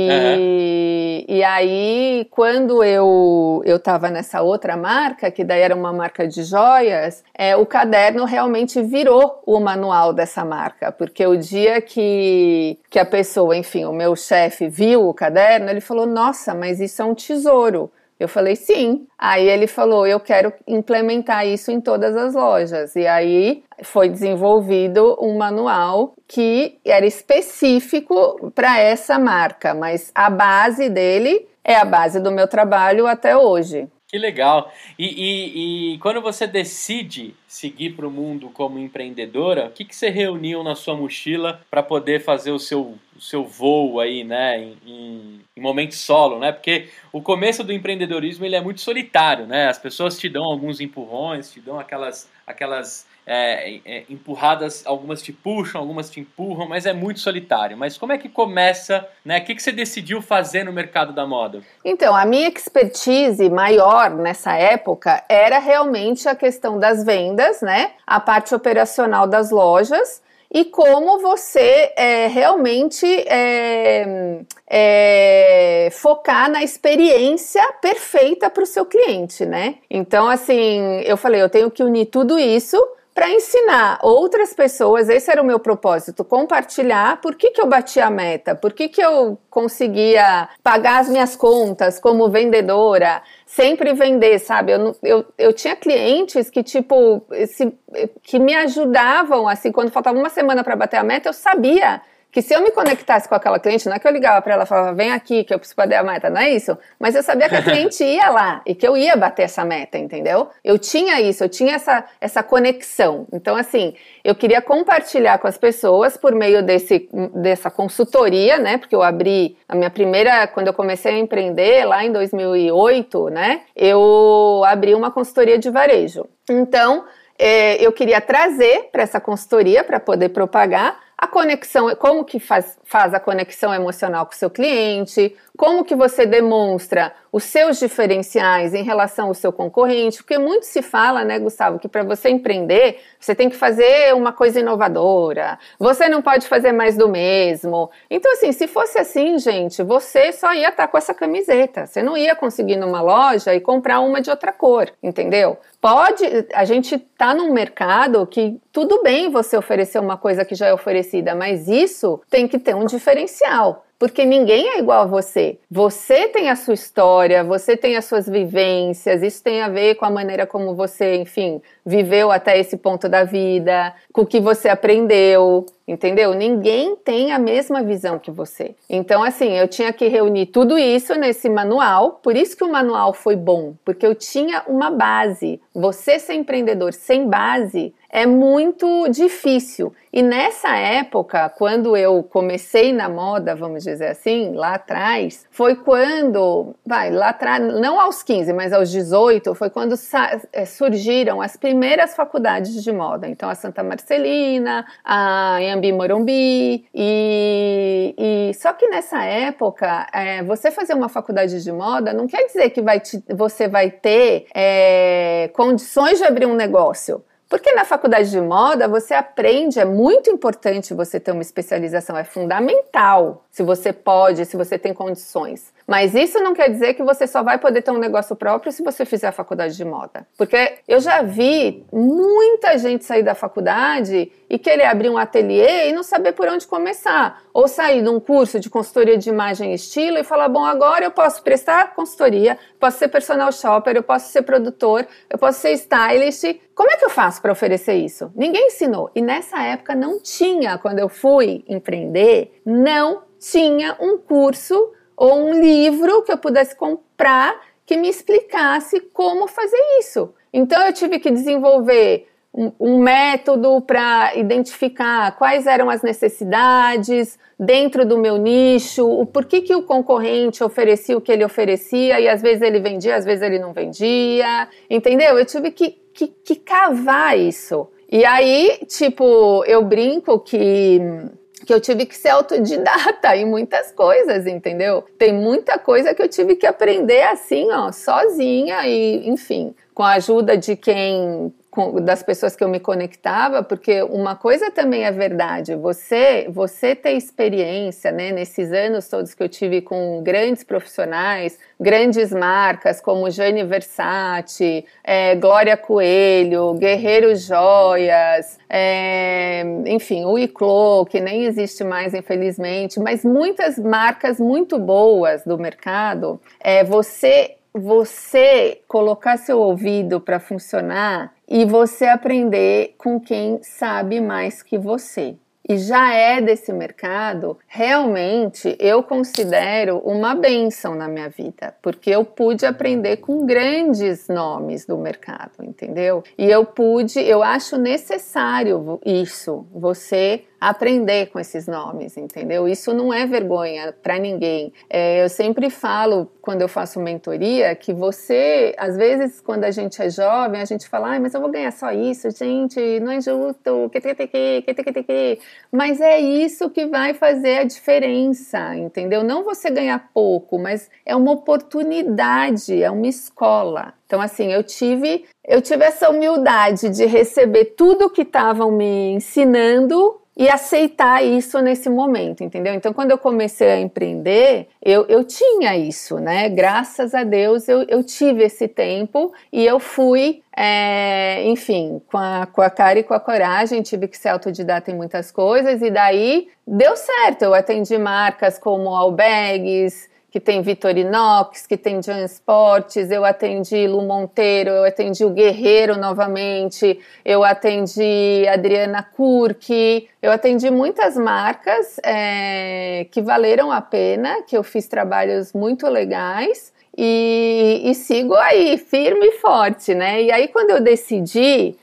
E, uhum. e aí, quando eu eu estava nessa outra marca, que daí era uma marca de joias, é, o caderno realmente virou o manual dessa marca, porque o dia que, que a pessoa, enfim, o meu chefe viu o caderno, ele falou, nossa, mas isso é um tesouro. Eu falei, sim. Aí ele falou, eu quero implementar isso em todas as lojas. E aí foi desenvolvido um manual que era específico para essa marca, mas a base dele é a base do meu trabalho até hoje. Que legal. E, e, e quando você decide seguir para o mundo como empreendedora, o que, que você reuniu na sua mochila para poder fazer o seu, o seu voo aí, né, em, em, em momento solo, né? Porque o começo do empreendedorismo ele é muito solitário, né? As pessoas te dão alguns empurrões, te dão aquelas, aquelas é, é, empurradas, algumas te puxam, algumas te empurram, mas é muito solitário. Mas como é que começa, né? O que, que você decidiu fazer no mercado da moda? Então, a minha expertise maior nessa época era realmente a questão das vendas, né? A parte operacional das lojas e como você é, realmente é, é, focar na experiência perfeita para o seu cliente, né? Então, assim, eu falei, eu tenho que unir tudo isso para ensinar outras pessoas, esse era o meu propósito, compartilhar por que que eu bati a meta, por que que eu conseguia pagar as minhas contas como vendedora, sempre vender, sabe? Eu, eu, eu tinha clientes que, tipo, se, que me ajudavam, assim, quando faltava uma semana para bater a meta, eu sabia que se eu me conectasse com aquela cliente, não é que eu ligava para ela e falava, vem aqui que eu preciso bater a meta, não é isso? Mas eu sabia que a cliente ia lá e que eu ia bater essa meta, entendeu? Eu tinha isso, eu tinha essa, essa conexão. Então, assim, eu queria compartilhar com as pessoas por meio desse, dessa consultoria, né? Porque eu abri a minha primeira, quando eu comecei a empreender, lá em dois mil e oito, né? Eu abri uma consultoria de varejo. Então, é, eu queria trazer para essa consultoria, para poder propagar, a conexão, como que faz, faz a conexão emocional com o seu cliente, como que você demonstra os seus diferenciais em relação ao seu concorrente, porque muito se fala, né, Gustavo, que para você empreender, você tem que fazer uma coisa inovadora, você não pode fazer mais do mesmo. Então, assim, se fosse assim, gente, você só ia estar com essa camiseta, você não ia conseguir ir numa loja e comprar uma de outra cor, entendeu? Pode, a gente tá num mercado que tudo bem você oferecer uma coisa que já é oferecida, mas isso tem que ter um diferencial. Porque ninguém é igual a você. Você tem a sua história, você tem as suas vivências, isso tem a ver com a maneira como você, enfim, viveu até esse ponto da vida, com o que você aprendeu, entendeu? Ninguém tem a mesma visão que você. Então, assim, eu tinha que reunir tudo isso nesse manual, por isso que o manual foi bom, porque eu tinha uma base. Você ser empreendedor sem base é muito difícil. E nessa época, quando eu comecei na moda, vamos dizer assim, lá atrás, foi quando, vai, lá atrás, não aos quinze, mas aos dezoito, foi quando surgiram as primeiras faculdades de moda. Então, a Santa Marcelina, a Anhembi Morumbi, e, e só que nessa época, é, você fazer uma faculdade de moda não quer dizer que vai te, você vai ter é, condições de abrir um negócio. Porque na faculdade de moda você aprende, é muito importante você ter uma especialização, é fundamental, se você pode, se você tem condições. Mas isso não quer dizer que você só vai poder ter um negócio próprio se você fizer a faculdade de moda. Porque eu já vi muita gente sair da faculdade e querer abrir um ateliê e não saber por onde começar. Ou sair de um curso de consultoria de imagem e estilo e falar, bom, agora eu posso prestar consultoria, posso ser personal shopper, eu posso ser produtor, eu posso ser stylist. Como é que eu faço para oferecer isso? Ninguém ensinou. E nessa época não tinha, quando eu fui empreender, não tinha um curso ou um livro que eu pudesse comprar que me explicasse como fazer isso. Então eu tive que desenvolver um, um método para identificar quais eram as necessidades dentro do meu nicho, o porquê que o concorrente oferecia o que ele oferecia e às vezes ele vendia, às vezes ele não vendia, entendeu? Eu tive que, que, que cavar isso. E aí, tipo, eu brinco que... que eu tive que ser autodidata em muitas coisas, entendeu? Tem muita coisa que eu tive que aprender assim, ó, sozinha e, enfim, com a ajuda de quem, com, das pessoas que eu me conectava, porque uma coisa também é verdade, você, você ter experiência, né, nesses anos todos que eu tive com grandes profissionais, grandes marcas como Gianni Versace, é, Glória Coelho, Guerreiro Joias, é, enfim, o Iclô, que nem existe mais, infelizmente, mas muitas marcas muito boas do mercado, é, você, você colocar seu ouvido para funcionar e você aprender com quem sabe mais que você. E já é desse mercado, realmente eu considero uma bênção na minha vida, porque eu pude aprender com grandes nomes do mercado, entendeu? E eu pude, eu acho necessário isso, você aprender com esses nomes, entendeu? Isso não é vergonha para ninguém. É, eu sempre falo, quando eu faço mentoria, que você, às vezes, quando a gente é jovem, a gente fala, ai, mas eu vou ganhar só isso, gente, não é justo, que, que, que, que, que, que, que. Mas é isso que vai fazer a diferença, entendeu? Não você ganhar pouco, mas é uma oportunidade, é uma escola. Então, assim, eu tive, eu tive essa humildade de receber tudo que estavam me ensinando e aceitar isso nesse momento, entendeu? Então, quando eu comecei a empreender, eu, eu tinha isso, né? Graças a Deus, eu, eu tive esse tempo e eu fui, é, enfim, com a, com a cara e com a coragem, tive que ser autodidata em muitas coisas e daí deu certo. Eu atendi marcas como Albagues, que tem Vitorinox, que tem Jan Sports, eu atendi Lu Monteiro, eu atendi o Guerreiro novamente, eu atendi Adriana Kurk, eu atendi muitas marcas é, que valeram a pena, que eu fiz trabalhos muito legais e, e sigo aí, firme e forte, né? E aí quando eu decidi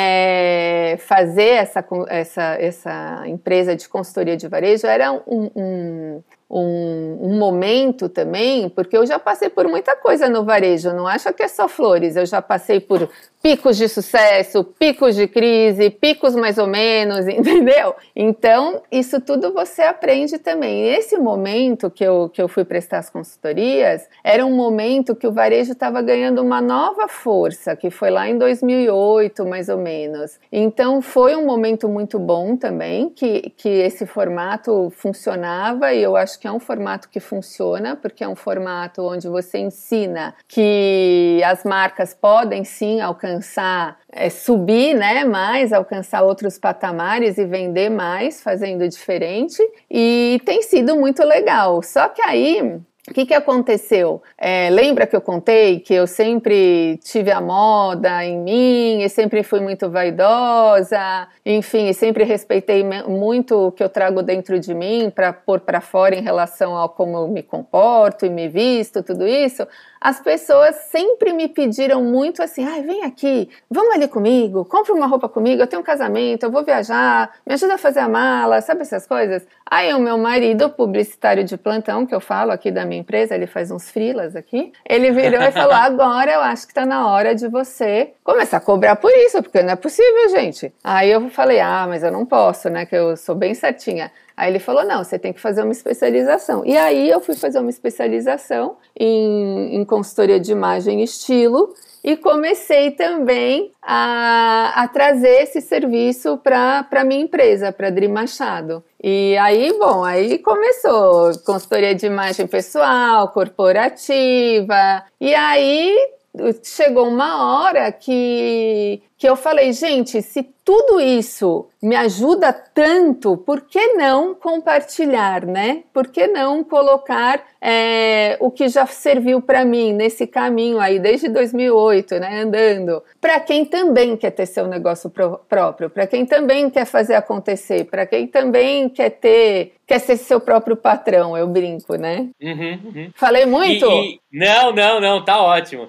é, fazer essa, essa, essa empresa de consultoria de varejo, era um... um Um, um momento também, porque eu já passei por muita coisa no varejo, não acho que é só flores, eu já passei por picos de sucesso, picos de crise, picos mais ou menos, entendeu? Então, isso tudo você aprende também. E esse momento que eu, que eu fui prestar as consultorias, era um momento que o varejo estava ganhando uma nova força, que foi lá em dois mil e oito, mais ou menos. Então, foi um momento muito bom também, que, que esse formato funcionava, e eu acho que é um formato que funciona, porque é um formato onde você ensina que as marcas podem sim alcançar, é, subir, né, mais, alcançar outros patamares e vender mais, fazendo diferente, e tem sido muito legal. Só que aí... O que que aconteceu? É, lembra que eu contei que eu sempre tive a moda em mim e sempre fui muito vaidosa, enfim, e sempre respeitei muito o que eu trago dentro de mim para pôr para fora em relação ao como eu me comporto e me visto, tudo isso? as pessoas sempre me pediram muito assim, ai, vem aqui, vamos ali comigo, compra uma roupa comigo, eu tenho um casamento, eu vou viajar, me ajuda a fazer a mala, sabe essas coisas? Aí o meu marido, publicitário de plantão, que eu falo aqui da minha empresa, ele faz uns freelas aqui, ele virou e falou, agora eu acho que tá na hora de você começar a cobrar por isso, porque não é possível, gente. Aí eu falei, ah, mas eu não posso, né, que eu sou bem certinha. Aí ele falou, não, você tem que fazer uma especialização. E aí eu fui fazer uma especialização em, em consultoria de imagem e estilo e comecei também a, a trazer esse serviço para a minha empresa, para a Dri Machado. E aí, bom, aí começou consultoria de imagem pessoal, corporativa, e aí chegou uma hora que, que eu falei, gente, se tudo isso me ajuda tanto, por que não compartilhar, né? Por que não colocar é, o que já serviu para mim nesse caminho aí, desde dois mil e oito, né, andando, para quem também quer ter seu negócio pró- próprio, para quem também quer fazer acontecer, para quem também quer ter, quer ser seu próprio patrão, eu brinco, né? Uhum, uhum. Falei muito? E, e... Não, não, não, tá ótimo.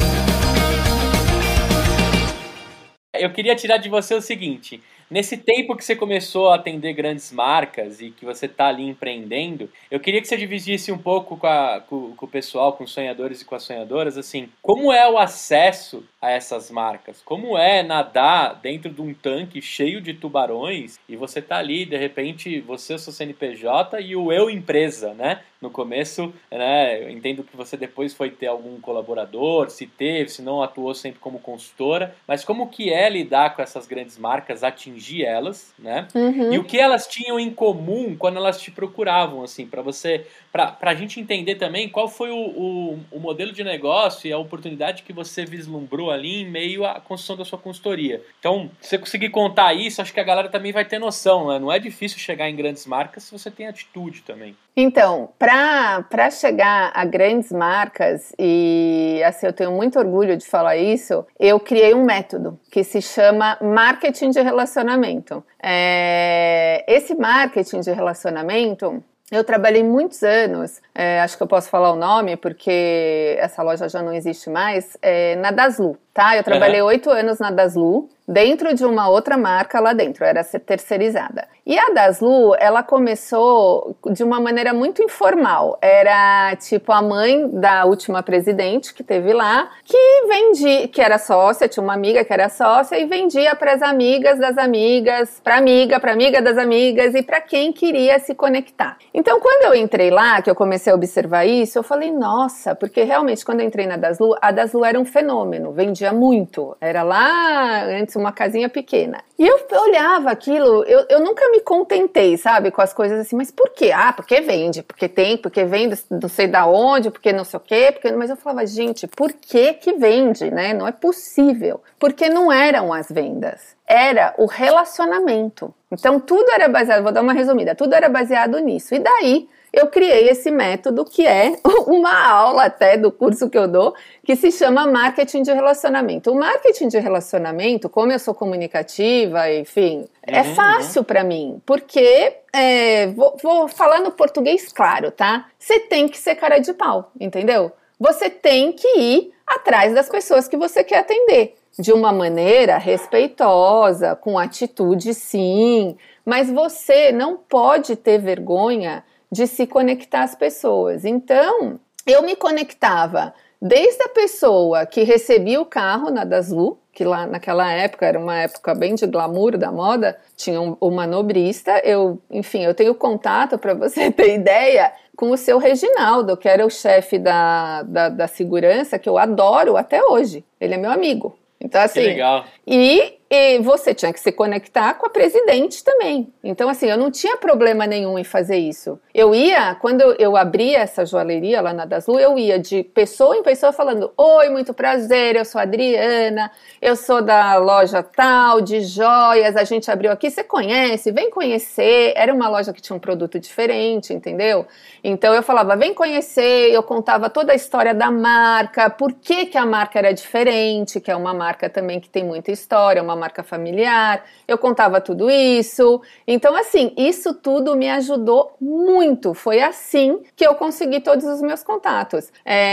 Eu queria tirar de você o seguinte, nesse tempo que você começou a atender grandes marcas e que você está ali empreendendo, eu queria que você dividisse um pouco com, a, com, com o pessoal, com os sonhadores e com as sonhadoras, assim, como é o acesso a essas marcas? Como é nadar dentro de um tanque cheio de tubarões e você tá ali, de repente, você, o seu C N P J e o eu empresa, né? No começo, né, eu entendo que você depois foi ter algum colaborador, se teve, se não atuou sempre como consultora, mas como que é lidar com essas grandes marcas, atingir elas, né? Uhum. E o que elas tinham em comum quando elas te procuravam, assim, para você, para a gente entender também qual foi o, o, o modelo de negócio e a oportunidade que você vislumbrou ali em meio à construção da sua consultoria. Então, se você conseguir contar isso, acho que a galera também vai ter noção, né? Não é difícil chegar em grandes marcas se você tem atitude também. Então, para chegar a grandes marcas, e assim, eu tenho muito orgulho de falar isso, eu criei um método que se chama marketing de relacionamento. É, esse marketing de relacionamento, eu trabalhei muitos anos, é, acho que eu posso falar o nome, porque essa loja já não existe mais, é, na Daslu, tá? Eu trabalhei oito uhum. anos na Daslu, dentro de uma outra marca lá dentro, era terceirizada. E a Daslu, ela começou de uma maneira muito informal. Era tipo a mãe da última presidente que teve lá, que vendia, que era sócia, tinha uma amiga que era sócia e vendia para as amigas das amigas, para amiga, para amiga das amigas e para quem queria se conectar. Então, quando eu entrei lá, que eu comecei a observar isso, eu falei, nossa, porque realmente quando eu entrei na Daslu, a Daslu era um fenômeno, vendia muito. Era lá antes uma casinha pequena. E eu olhava aquilo, eu, eu nunca me contentei, sabe, com as coisas assim, mas por quê? Ah, porque vende, porque tem, porque vende não sei da onde, porque não sei o quê, porque... mas eu falava, gente, por que que vende, né? Não é possível. Porque não eram as vendas, era o relacionamento. Então tudo era baseado, vou dar uma resumida, tudo era baseado nisso. E daí eu criei esse método que é uma aula até do curso que eu dou, que se chama marketing de relacionamento. O marketing de relacionamento, como eu sou comunicativa, enfim, uhum, é fácil uhum. para mim, porque, é, vou, vou falar no português claro, tá? Você tem que ser cara de pau, entendeu? Você tem que ir atrás das pessoas que você quer atender, de uma maneira respeitosa, com atitude sim, mas você não pode ter vergonha de se conectar às pessoas. Então, eu me conectava desde a pessoa que recebia o carro na Daslu, que lá naquela época era uma época bem de glamour da moda, tinha um, o manobrista, eu, enfim, eu tenho contato, para você ter ideia, com o seu Reginaldo, que era o chefe da, da, da segurança, que eu adoro até hoje, ele é meu amigo. Então, assim, que legal. E, e você tinha que se conectar com a presidente também. Então, assim, eu não tinha problema nenhum em fazer isso. Eu ia, quando eu, eu abria essa joalheria lá na Daslu, eu ia de pessoa em pessoa falando, oi, muito prazer, eu sou a Adriana, eu sou da loja tal, de joias, a gente abriu aqui, você conhece? Vem conhecer. Era uma loja que tinha um produto diferente, entendeu? Então, eu falava, vem conhecer, eu contava toda a história da marca, por que que a marca era diferente, que é uma marca também que tem muita história, uma uma marca familiar, eu contava tudo isso. Então, assim, isso tudo me ajudou muito. Foi assim que eu consegui todos os meus contatos.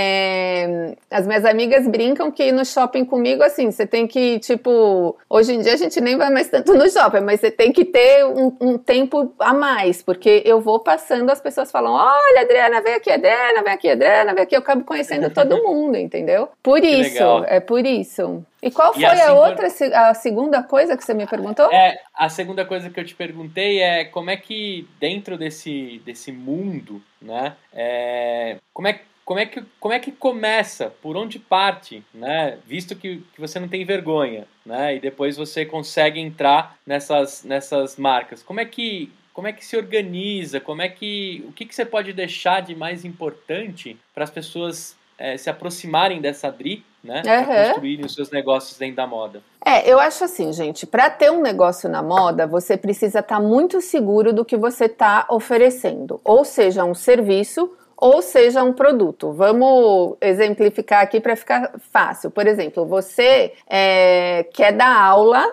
É... As minhas amigas brincam que ir no shopping comigo, assim, você tem que, tipo... Hoje em dia a gente nem vai mais tanto no shopping, mas você tem que ter um, um tempo a mais, porque eu vou passando, as pessoas falam, olha, Adriana, vem aqui, Adriana, vem aqui, Adriana, vem aqui. Eu acabo conhecendo todo mundo, entendeu? Por que isso, legal. É por isso. E qual foi e assim, a outra, a segunda coisa que você me perguntou? É, a segunda coisa que eu te perguntei é como é que dentro desse, desse mundo, né, é, como é, como é que como é que começa, por onde parte, né, visto que, que você não tem vergonha, né, e depois você consegue entrar nessas, nessas marcas, como é que Como é que se organiza? Como é que, o que, que você pode deixar de mais importante para as pessoas é, se aproximarem dessa Adri, né? Uhum. Para construírem os seus negócios dentro da moda? É, eu acho assim, gente, para ter um negócio na moda, você precisa estar muito seguro do que você está oferecendo. Ou seja, um serviço, ou seja, um produto. Vamos exemplificar aqui para ficar fácil. Por exemplo, você é, quer dar aula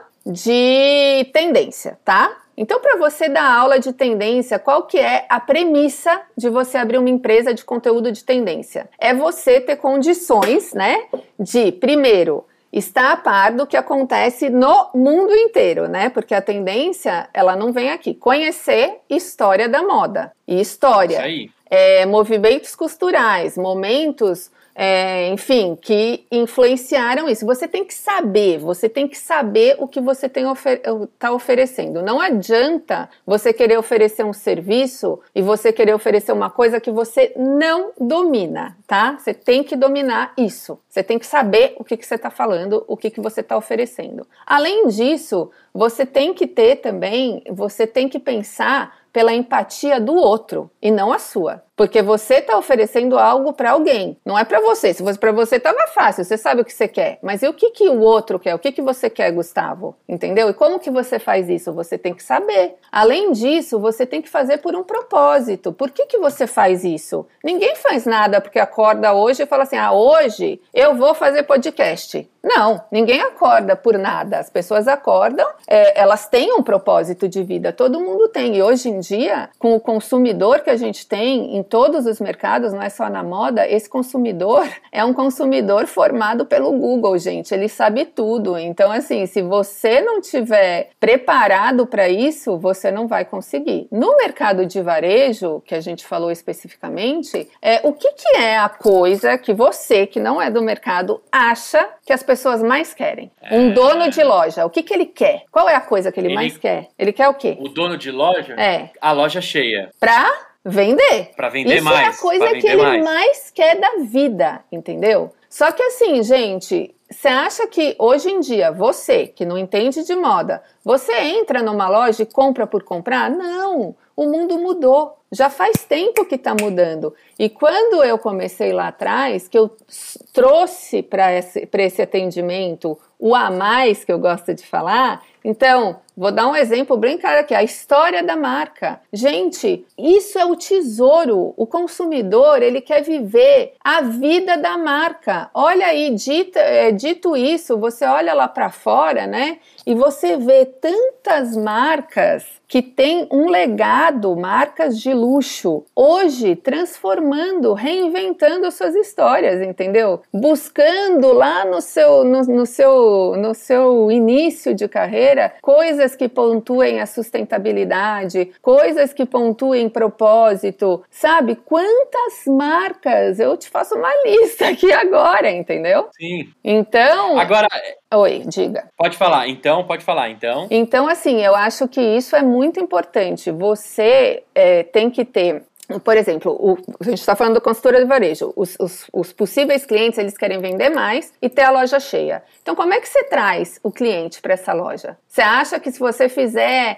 de tendência, tá? Então, para você dar aula de tendência, qual que é a premissa de você abrir uma empresa de conteúdo de tendência? É você ter condições, né, de, primeiro, estar a par do que acontece no mundo inteiro, né? Porque a tendência, ela não vem aqui. Conhecer história da moda. E história, isso aí. É, movimentos culturais, momentos... É, enfim, que influenciaram isso. Você tem que saber, você tem que saber o que você está ofer- tá oferecendo. Não adianta você querer oferecer um serviço e você querer oferecer uma coisa que você não domina, tá? Você tem que dominar isso. Você tem que saber o que, que você está falando, o que, que você está oferecendo. Além disso, você tem que ter também, você tem que pensar pela empatia do outro e não a sua. Porque você está oferecendo algo para alguém, não é para você. Se fosse para você, tava fácil, você sabe o que você quer. Mas e o que, que o outro quer? O que, que você quer, Gustavo? Entendeu? E como que você faz isso? Você tem que saber. Além disso, você tem que fazer por um propósito. Por que, que você faz isso? Ninguém faz nada porque acorda hoje e fala assim, ah, hoje eu vou fazer podcast. Não, ninguém acorda por nada. As pessoas acordam, é, elas têm um propósito de vida, todo mundo tem. E hoje em dia, com o consumidor que a gente tem em todos os mercados, não é só na moda, esse consumidor é um consumidor formado pelo Google, gente. Ele sabe tudo. Então, assim, se você não tiver preparado para isso, você não vai conseguir. No mercado de varejo, que a gente falou especificamente, é, o que, que é a coisa que você, que não é do mercado, acha que as pessoas mais querem? Um dono de loja, o que que ele quer? Qual é a coisa que ele, ele mais quer? Ele quer o quê? O dono de loja? É. A loja cheia. Pra vender. Pra vender Isso mais. Isso é a coisa que ele mais. mais quer da vida, entendeu? Só que assim, gente, você acha que hoje em dia, você que não entende de moda, você entra numa loja e compra por comprar? Não, o mundo mudou. Já faz tempo que está mudando. E quando eu comecei lá atrás, que eu trouxe para esse, para esse atendimento o a mais que eu gosto de falar, então, vou dar um exemplo bem claro aqui, a história da marca. Gente, isso é o tesouro. O consumidor, ele quer viver a vida da marca. Olha aí, dito, é, dito isso, você olha lá para fora, né? E você vê tantas marcas que têm um legado, marcas de luxo, hoje transformando, reinventando suas histórias, entendeu? Buscando lá no seu, no, no seu, no seu início de carreira, coisas que pontuem a sustentabilidade, coisas que pontuem propósito, sabe? Quantas marcas? Eu te faço uma lista aqui agora, entendeu? Sim. Então... Agora... Oi, diga. Pode falar, então, pode falar, então. Então, assim, eu acho que isso é muito importante. Você é, tem que ter... Por exemplo, o, a gente está falando da consultora de varejo, os, os, os possíveis clientes, eles querem vender mais e ter a loja cheia. Então, como é que você traz o cliente para essa loja? Você acha que se você fizer,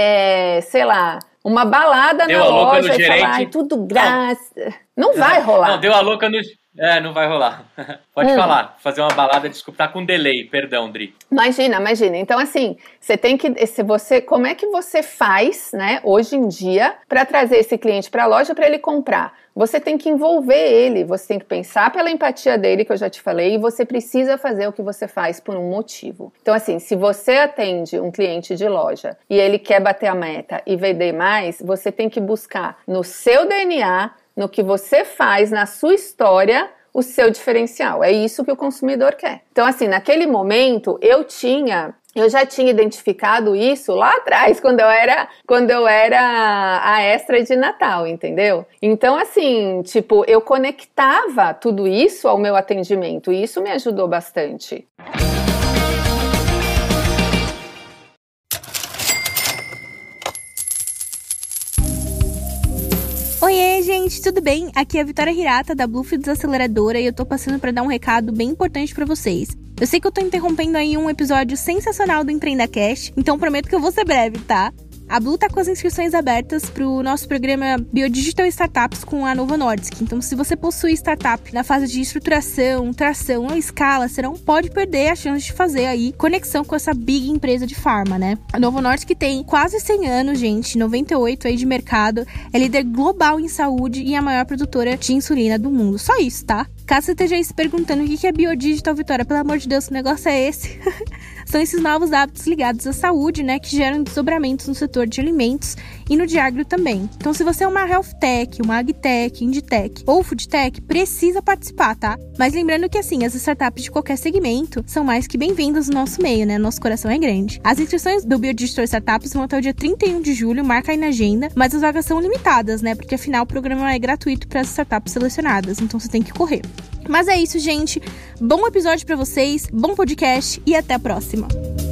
é, sei lá, uma balada deu na a louca loja no e gerente. falar, ai, tudo graça, não, não vai rolar. Não, deu a louca no... É, não vai rolar. Pode hum. falar, fazer uma balada, desculpa, tá com delay, perdão, Dri. Imagina, imagina. Então, assim, você tem que, se você, como é que você faz, né, hoje em dia, para trazer esse cliente para a loja para ele comprar? Você tem que envolver ele, você tem que pensar pela empatia dele, que eu já te falei, e você precisa fazer o que você faz por um motivo. Então, assim, se você atende um cliente de loja e ele quer bater a meta e vender mais, você tem que buscar no seu D N A, no que você faz, na sua história, o seu diferencial. É isso que o consumidor quer. Então, assim, naquele momento, eu tinha... Eu já tinha identificado isso lá atrás, quando eu era, quando eu era a extra de Natal, entendeu? Então, assim, tipo, eu conectava tudo isso ao meu atendimento e isso me ajudou bastante. Oiê, gente, tudo bem? Aqui é a Vitória Hirata, da Bluefields Aceleradora, e eu tô passando para dar um recado bem importante para vocês. Eu sei que eu tô interrompendo aí um episódio sensacional do EmpreendaCast, então prometo que eu vou ser breve, tá? A Blue tá com as inscrições abertas pro nosso programa Biodigital Startups com a Novo Nordisk. Então, se você possui startup na fase de estruturação, tração ou escala, você não pode perder a chance de fazer aí conexão com essa big empresa de farma, né? A Novo Nordisk tem quase cem anos, gente, noventa e oito aí de mercado, é líder global em saúde e a maior produtora de insulina do mundo. Só isso, tá? Caso você esteja aí se perguntando o que é Biodigital, Vitória, pelo amor de Deus, que negócio é esse? São esses novos hábitos ligados à saúde, né, que geram desdobramentos no setor de alimentos e no de agro também. Então, se você é uma health tech, uma agtech, inditech ou foodtech, precisa participar, tá? Mas lembrando que, assim, as startups de qualquer segmento são mais que bem-vindas no nosso meio, né? Nosso coração é grande. As inscrições do Biodigital Startups vão até o dia trinta e um de julho, marca aí na agenda, mas as vagas são limitadas, né? Porque, afinal, o programa é gratuito para as startups selecionadas, então você tem que correr. Mas é isso, gente. Bom episódio pra vocês, bom podcast e até a próxima.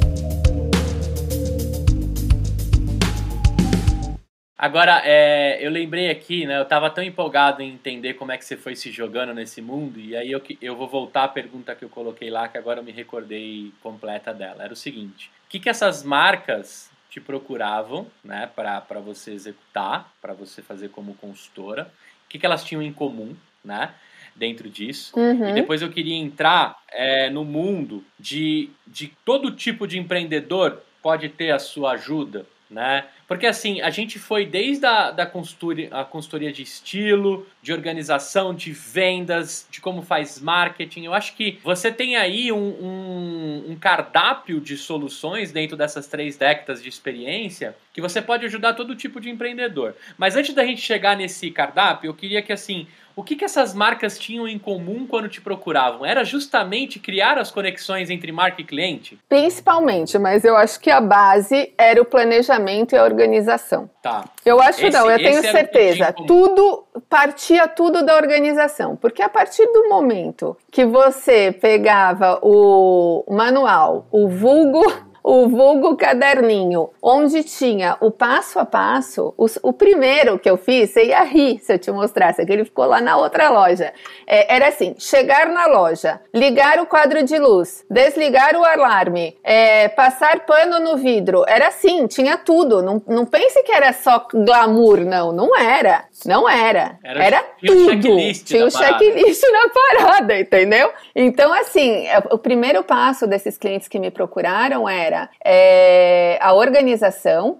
Agora, é, eu lembrei aqui, né? Eu tava tão empolgado em entender como é que você foi se jogando nesse mundo, e aí eu, eu vou voltar à pergunta que eu coloquei lá, que agora eu me recordei completa dela. Era o seguinte: o que que essas marcas te procuravam, né, para para você executar, para você fazer como consultora? O que que elas tinham em comum, né, dentro disso? Uhum. E depois eu queria entrar é, no mundo de, de todo tipo de empreendedor pode ter a sua ajuda, né? Porque assim, a gente foi desde a da consultoria, a consultoria de estilo, de organização, de vendas, de como faz marketing. Eu acho que você tem aí um, um, um cardápio de soluções dentro dessas três décadas de experiência que você pode ajudar todo tipo de empreendedor. Mas antes da gente chegar nesse cardápio, eu queria que assim, o que que essas marcas tinham em comum quando te procuravam? Era justamente criar as conexões entre marca e cliente? Principalmente, mas eu acho que a base era o planejamento e a organização. Tá. Eu acho esse, não, eu tenho certeza. Tudo partia tudo da organização, porque a partir do momento que você pegava o manual, o vulgo o vulgo caderninho, onde tinha o passo a passo, o, o primeiro que eu fiz, você ia rir se eu te mostrasse, aquele ficou lá na outra loja. É, era assim, chegar na loja, ligar o quadro de luz, desligar o alarme, é, passar pano no vidro, era assim, tinha tudo. Não, não pense que era só glamour, não, não era, não era, era, era tudo. Tinha o checklist na parada, entendeu? Então, assim, o primeiro passo desses clientes que me procuraram era É, a organização,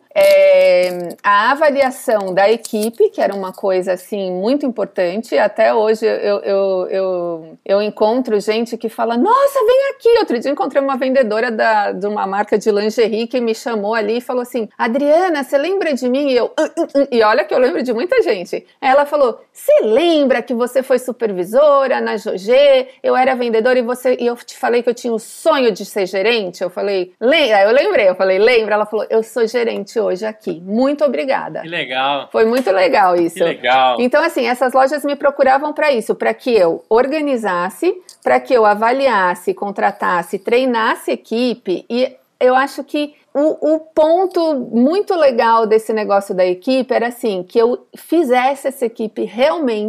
é, a avaliação da equipe, que era uma coisa assim muito importante. Até hoje eu, eu, eu, eu encontro gente que fala: nossa, vem aqui. Outro dia encontrei uma vendedora da, de uma marca de lingerie que me chamou ali e falou assim: Adriana, você lembra de mim? E eu, uh, uh, uh, e olha que eu lembro de muita gente. Ela falou: você lembra que você foi supervisora na Jogê, eu era vendedora e, você, e eu te falei que eu tinha o sonho de ser gerente? Eu falei: lembra? Eu lembrei, eu falei: lembra? Ela falou: eu sou gerente hoje aqui, muito obrigada. Que legal. Foi muito legal isso. Que legal. Então, assim, essas lojas me procuravam para isso, para que eu organizasse, para que eu avaliasse, contratasse, treinasse equipe. E eu acho que o, o ponto muito legal desse negócio da equipe era assim, que eu fizesse essa equipe realmente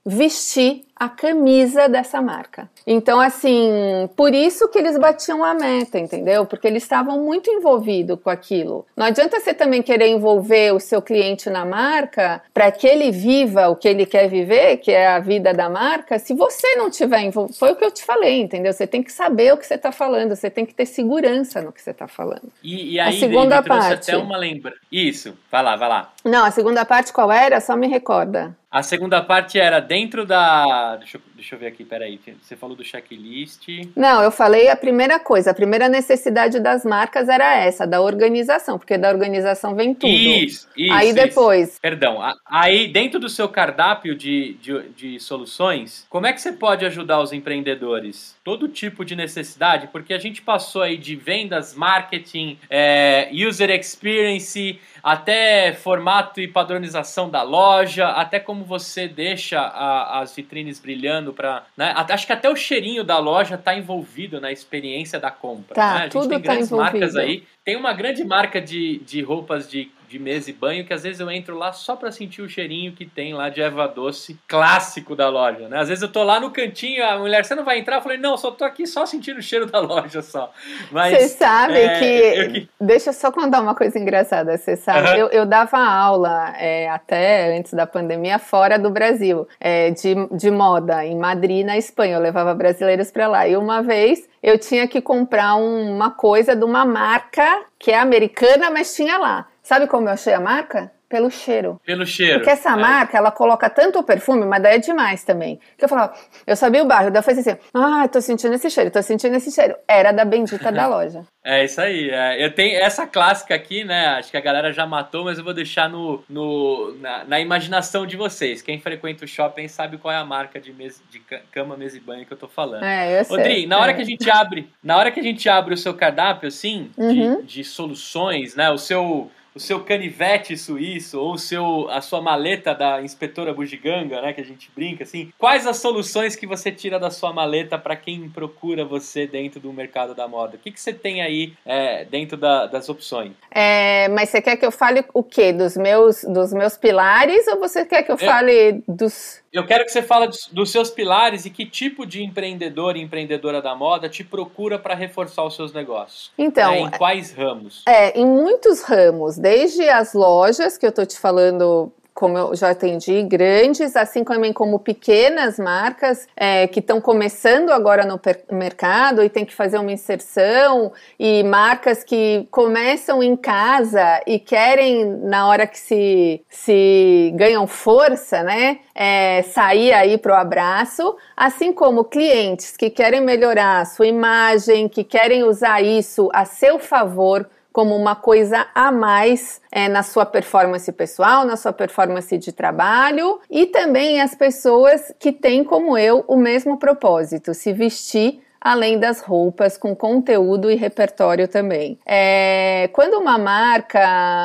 vestir a camisa dessa marca. Então, assim, por isso que eles batiam a meta, entendeu? Porque eles estavam muito envolvidos com aquilo. Não adianta você também querer envolver o seu cliente na marca para que ele viva o que ele quer viver, que é a vida da marca, se você não tiver envolvido. Foi o que eu te falei, entendeu? Você tem que saber o que você está falando, você tem que ter segurança no que você está falando. E, e aí, a segunda David, trouxe parte. até uma lembrança. Isso, vai lá, vai lá. Não, a segunda parte qual era? Só me recorda. A segunda parte era dentro da... Deixa eu, deixa eu ver aqui, peraí. Você falou do checklist. Não, eu falei a primeira coisa. A primeira necessidade das marcas era essa, da organização, porque da organização vem tudo. Isso, isso. Aí depois... Isso. Perdão. Aí, dentro do seu cardápio de, de, de soluções, como é que você pode ajudar os empreendedores? Todo tipo de necessidade, porque a gente passou aí de vendas, marketing, é, user experience, até formato e padronização da loja, até como você deixa a, as vitrines brilhando para, né? Acho que até o cheirinho da loja está envolvido na experiência da compra. Tá, né? A gente tudo tem grandes tá marcas aí. Tem uma grande marca de, de roupas de, de mesa e banho que às vezes eu entro lá só para sentir o cheirinho que tem lá de erva doce clássico da loja, né? Às vezes eu tô lá no cantinho, a mulher, você não vai entrar? Eu falei, não, só tô aqui só sentindo o cheiro da loja só. Mas você sabe é, que... Eu, eu, deixa eu só contar uma coisa engraçada. Você sabe, uhum. eu, eu dava aula é, até antes da pandemia fora do Brasil, é, de, de moda, em Madrid, na Espanha. Eu levava brasileiros para lá. E uma vez eu tinha que comprar um, uma coisa de uma marca que é americana, mas tinha lá. Sabe como eu achei a marca? Pelo cheiro. Pelo cheiro. Porque essa é. marca, ela coloca tanto perfume, mas daí é demais também. Que eu falava, eu sabia o bairro, daí eu falei assim, ah, tô sentindo esse cheiro, tô sentindo esse cheiro. Era da bendita da loja. É isso aí. É. Eu tenho essa clássica aqui, né? Acho que a galera já matou, mas eu vou deixar no, no, na, na imaginação de vocês. Quem frequenta o shopping sabe qual é a marca de, mesa, de cama, mesa e banho que eu tô falando. É, eu sei. Rodrigo, na hora é. que a gente abre, na hora que a gente abre o seu cardápio, assim, uhum. de, de soluções, né? O seu... o seu canivete suíço ou o seu, a sua maleta da inspetora bugiganga, né, que a gente brinca, assim. Quais as soluções que você tira da sua maleta para quem procura você dentro do mercado da moda? O que, que você tem aí é, dentro da, das opções? É, mas você quer que eu fale o quê? Dos meus, dos meus pilares ou você quer que eu fale eu... dos... Eu quero que você fale dos, dos seus pilares e que tipo de empreendedor e empreendedora da moda te procura para reforçar os seus negócios. Então, é, em quais ramos? É, em muitos ramos, desde as lojas, que eu tô te falando, como eu já atendi, grandes, assim também como pequenas marcas é, que estão começando agora no mercado e tem que fazer uma inserção, e marcas que começam em casa e querem, na hora que se, se ganham força, né, é, sair aí pro abraço, assim como clientes que querem melhorar a sua imagem, que querem usar isso a seu favor, como uma coisa a mais é, na sua performance pessoal, na sua performance de trabalho, e também as pessoas que têm, como eu, o mesmo propósito, se vestir além das roupas, com conteúdo e repertório também. É, quando uma marca,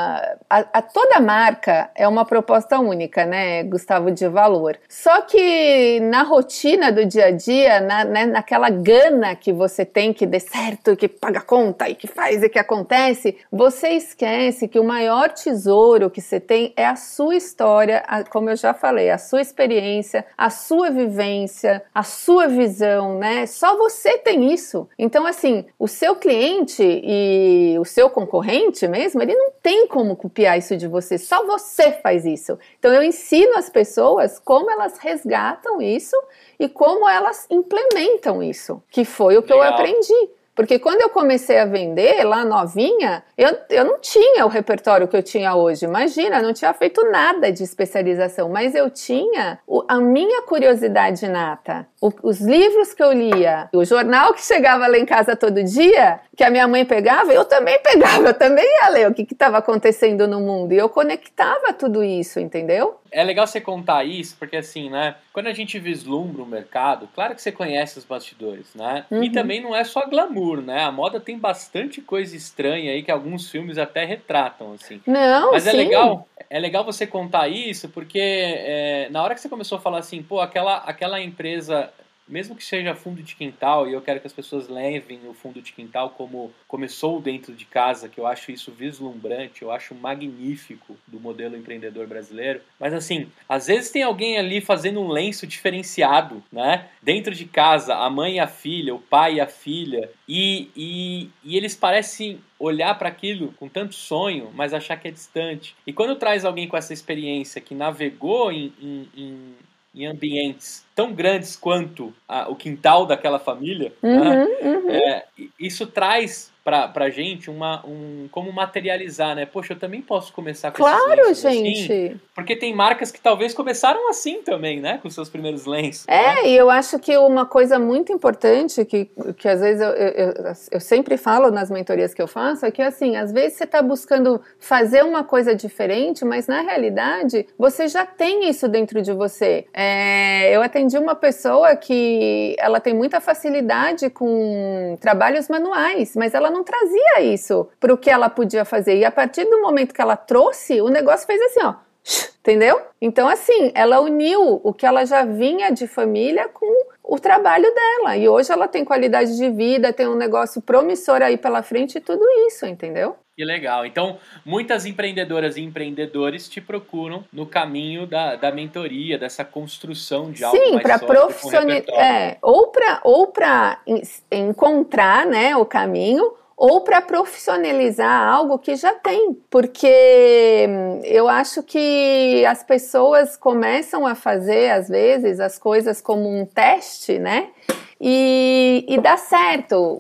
a, a toda marca é uma proposta única, né, Gustavo, de valor. Só que na rotina do dia a dia, na, né, naquela gana que você tem que dê certo, que paga conta e que faz e que acontece, você esquece que o maior tesouro que você tem é a sua história, a, como eu já falei, a sua experiência, a sua vivência, a sua visão, né? Só você Você tem isso. Então, assim, o seu cliente e o seu concorrente mesmo, ele não tem como copiar isso de você. Só você faz isso. Então, eu ensino as pessoas como elas resgatam isso e como elas implementam isso, que foi o que Legal. eu aprendi. Porque quando eu comecei a vender lá novinha, eu, eu não tinha o repertório que eu tinha hoje. Imagina, eu não tinha feito nada de especialização, mas eu tinha o, a minha curiosidade inata. O, os livros que eu lia, o jornal que chegava lá em casa todo dia, que a minha mãe pegava, eu também pegava, eu também ia ler o que estava acontecendo no mundo. E eu conectava tudo isso, entendeu? É legal você contar isso, porque assim, né, quando a gente vislumbra o mercado, claro que você conhece os bastidores, né, uhum. e também não é só glamour, né, a moda tem bastante coisa estranha aí que alguns filmes até retratam, assim. Não, Mas sim. é legal, é legal você contar isso, porque é, na hora que você começou a falar assim, pô, aquela, aquela empresa mesmo que seja fundo de quintal, e eu quero que as pessoas levem o fundo de quintal como começou dentro de casa, que eu acho isso vislumbrante, eu acho magnífico do modelo empreendedor brasileiro. Mas assim, às vezes tem alguém ali fazendo um lenço diferenciado, né? Dentro de casa, a mãe e a filha, o pai e a filha, e, e, e eles parecem olhar para aquilo com tanto sonho, mas achar que é distante. E quando traz alguém com essa experiência que navegou em, em, em, em ambientes tão grandes quanto a, o quintal daquela família, uhum, né? uhum. É, isso traz pra, pra gente uma, um, como materializar, né? Poxa, eu também posso começar com claro, esses lenços gente. assim, porque tem marcas que talvez começaram assim também, né? Com seus primeiros lenços. É, né? E eu acho que uma coisa muito importante, que, que às vezes eu, eu, eu sempre falo nas mentorias que eu faço, é que assim, às vezes você está buscando fazer uma coisa diferente, mas na realidade, você já tem isso dentro de você. É, eu atendi uma pessoa que ela tem muita facilidade com trabalhos manuais, mas ela não trazia isso para o que ela podia fazer. E a partir do momento que ela trouxe, o negócio fez assim, ó. Entendeu? Então, assim, ela uniu o que ela já vinha de família com o trabalho dela. E hoje ela tem qualidade de vida, tem um negócio promissor aí pela frente e tudo isso, entendeu? Que legal. Então, muitas empreendedoras e empreendedores te procuram no caminho da, da mentoria, dessa construção de algo Sim, mais para sólido, profissionalizar, é, ou para ou para encontrar, né, o caminho, ou para profissionalizar algo que já tem, porque eu acho que as pessoas começam a fazer, às vezes, as coisas como um teste, né, e, e dá certo,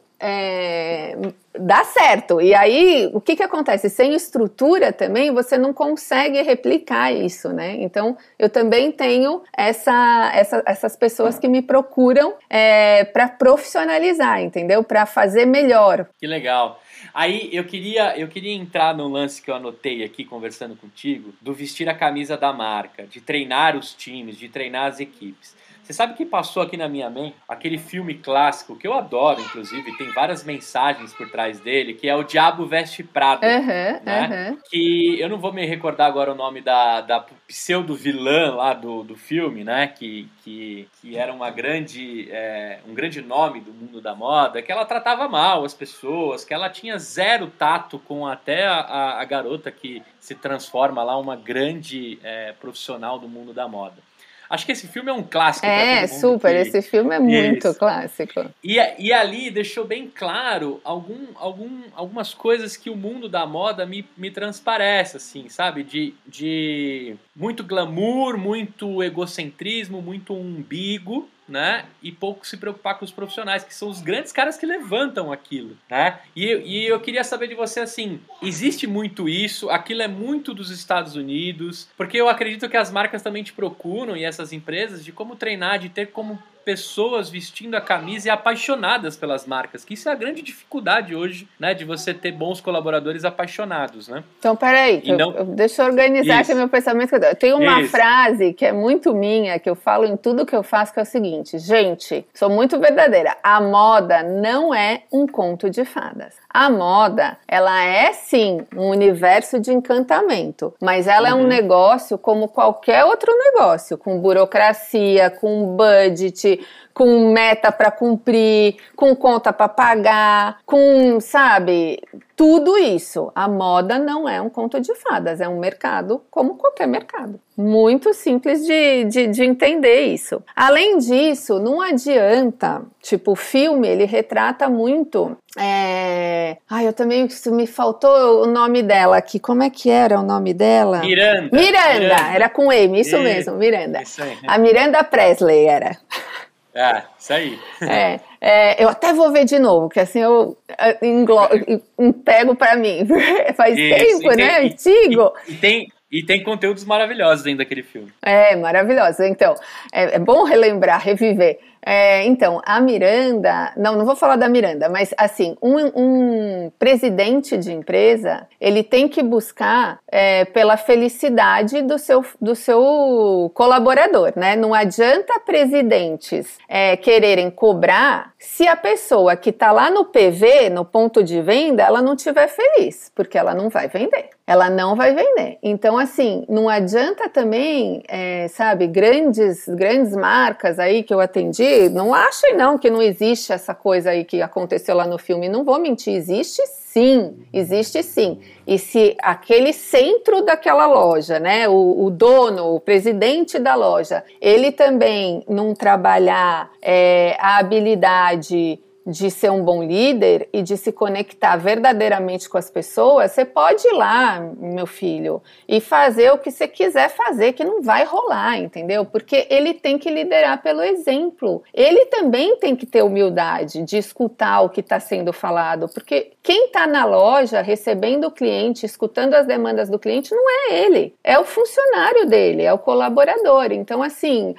é, dá certo, e aí o que que acontece? Sem estrutura também você não consegue replicar isso, né? Então eu também tenho essa, essa, essas pessoas que me procuram é, para profissionalizar, entendeu? Para fazer melhor. Que legal. Aí eu queria, eu queria entrar no lance que eu anotei aqui conversando contigo, do vestir a camisa da marca, de treinar os times, de treinar as equipes. Você sabe que passou aqui na minha mente aquele filme clássico, que eu adoro, inclusive, tem várias mensagens por trás dele, que é O Diabo Veste Prada. Uhum, né? uhum. Que eu não vou me recordar agora o nome da, da pseudo-vilã lá do, do filme, né? Que, que, que era uma grande, é, um grande nome do mundo da moda, que ela tratava mal as pessoas, que ela tinha zero tato com até a, a garota que se transforma lá uma grande é, profissional do mundo da moda. Acho que esse filme é um clássico. É, super, que... esse filme é muito Isso. clássico. E, e ali deixou bem claro algum, algum, algumas coisas que o mundo da moda me, me transparece, assim, sabe? De, de muito glamour, muito egocentrismo, muito umbigo, né? E pouco se preocupar com os profissionais, que são os grandes caras que levantam aquilo, né? E, e eu queria saber de você, assim, existe muito isso, aquilo é muito dos Estados Unidos, porque eu acredito que as marcas também te procuram, e essas empresas, de como treinar, de ter como pessoas vestindo a camisa e apaixonadas pelas marcas, que isso é a grande dificuldade hoje, né, de você ter bons colaboradores apaixonados, né? Então, peraí, e não... eu, deixa eu organizar isso. aqui meu pensamento. Eu tenho uma isso. frase que é muito minha, que eu falo em tudo que eu faço, que é o seguinte, gente, sou muito verdadeira, a moda não é um conto de fadas. A moda, ela é sim um universo de encantamento, mas ela uhum. é um negócio como qualquer outro negócio, com burocracia, com budget, com meta para cumprir, com conta para pagar, com, sabe, tudo isso. A moda não é um conto de fadas, é um mercado como qualquer mercado. Muito simples de, de, de entender isso. Além disso, não adianta, tipo, o filme, ele retrata muito... É... Ai, eu também, isso me faltou o nome dela aqui. Como é que era o nome dela? Miranda. Miranda, Miranda. Era com M, isso e... mesmo, Miranda. Isso aí. A Miranda Presley era. Ah, isso aí. É, é, eu até vou ver de novo, que assim eu englo... pego pra mim. Faz isso, tempo, tem, né? E, Antigo. E, e, tem, e tem conteúdos maravilhosos dentro daquele filme. É, maravilhoso. Então, é, é bom relembrar, reviver. É, então, a Miranda, não, não vou falar da Miranda, mas assim, um, um presidente de empresa, ele tem que buscar é, pela felicidade do seu, do seu colaborador, né? Não adianta presidentes é, quererem cobrar se a pessoa que está lá no P V, no ponto de venda, ela não estiver feliz, porque ela não vai vender. ela não vai vender. Então, assim, não adianta também, é, sabe, grandes, grandes marcas aí que eu atendi, não achem não que não existe essa coisa aí que aconteceu lá no filme, não vou mentir, existe sim, existe sim. E se aquele centro daquela loja, né, o, o dono, o presidente da loja, ele também não trabalhar é, a habilidade de ser um bom líder e de se conectar verdadeiramente com as pessoas, você pode ir lá, meu filho, e fazer o que você quiser fazer, que não vai rolar, entendeu? Porque ele tem que liderar pelo exemplo. Ele também tem que ter humildade de escutar o que está sendo falado, porque quem está na loja recebendo o cliente, escutando as demandas do cliente, não é ele, é o funcionário dele, é o colaborador. Então, assim,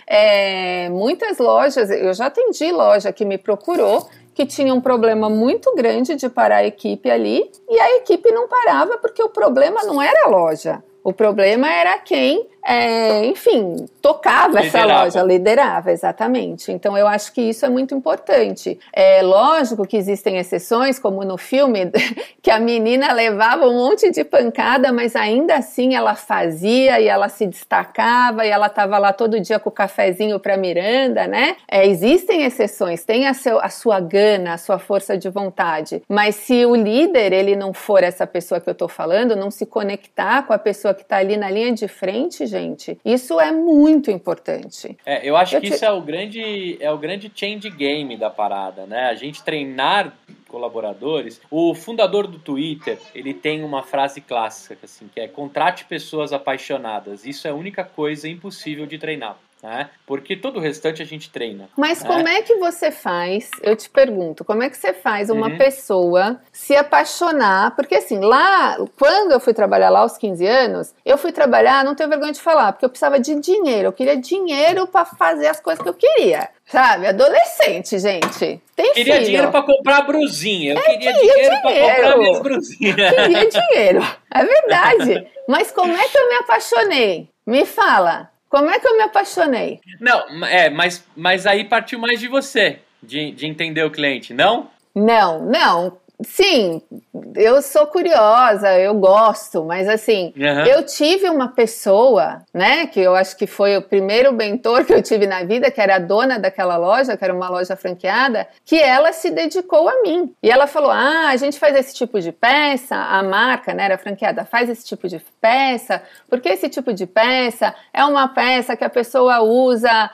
é, muitas lojas, eu já atendi loja que me procurou, que tinha um problema muito grande de parar a equipe ali, e a equipe não parava porque o problema não era a loja, o problema era quem, é, enfim, tocava essa liderava. loja, liderava, exatamente. Então eu acho que isso é muito importante. É lógico que existem exceções, como no filme, que a menina levava um monte de pancada, mas ainda assim ela fazia e ela se destacava e ela estava lá todo dia com o cafezinho para Miranda, né? É, existem exceções, tem a, seu, a sua gana, a sua força de vontade, mas se o líder, ele não for essa pessoa que eu tô falando, não se conectar com a pessoa que tá ali na linha de frente, gente, isso é muito importante. É, eu acho eu que te... isso é o grande, é o grande change game da parada, né? A gente treinar colaboradores. O fundador do Twitter, ele tem uma frase clássica, assim, que é: contrate pessoas apaixonadas. Isso é a única coisa impossível de treinar. Né? Porque todo o restante a gente treina. Mas né? como é que você faz, eu te pergunto, como é que você faz uma uhum. pessoa se apaixonar? Porque assim, lá, quando eu fui trabalhar lá aos quinze anos, eu fui trabalhar, não tenho vergonha de falar, porque eu precisava de dinheiro, eu queria dinheiro para fazer as coisas que eu queria. Sabe, adolescente, gente. Tem queria filho. dinheiro pra comprar brusinha. Eu é, queria, queria dinheiro, dinheiro pra comprar minhas brusinhas. Queria dinheiro. É verdade. Mas como é que eu me apaixonei? Me fala. Como é que eu me apaixonei? Não, é, mas, mas aí partiu mais de você, de, de entender o cliente, não? Não, não. Sim, eu sou curiosa, eu gosto, mas assim, uhum. eu tive uma pessoa, né, que eu acho que foi o primeiro mentor que eu tive na vida, que era a dona daquela loja, que era uma loja franqueada, que ela se dedicou a mim. E ela falou, ah, a gente faz esse tipo de peça, a marca, né, era franqueada, faz esse tipo de peça, porque esse tipo de peça é uma peça que a pessoa usa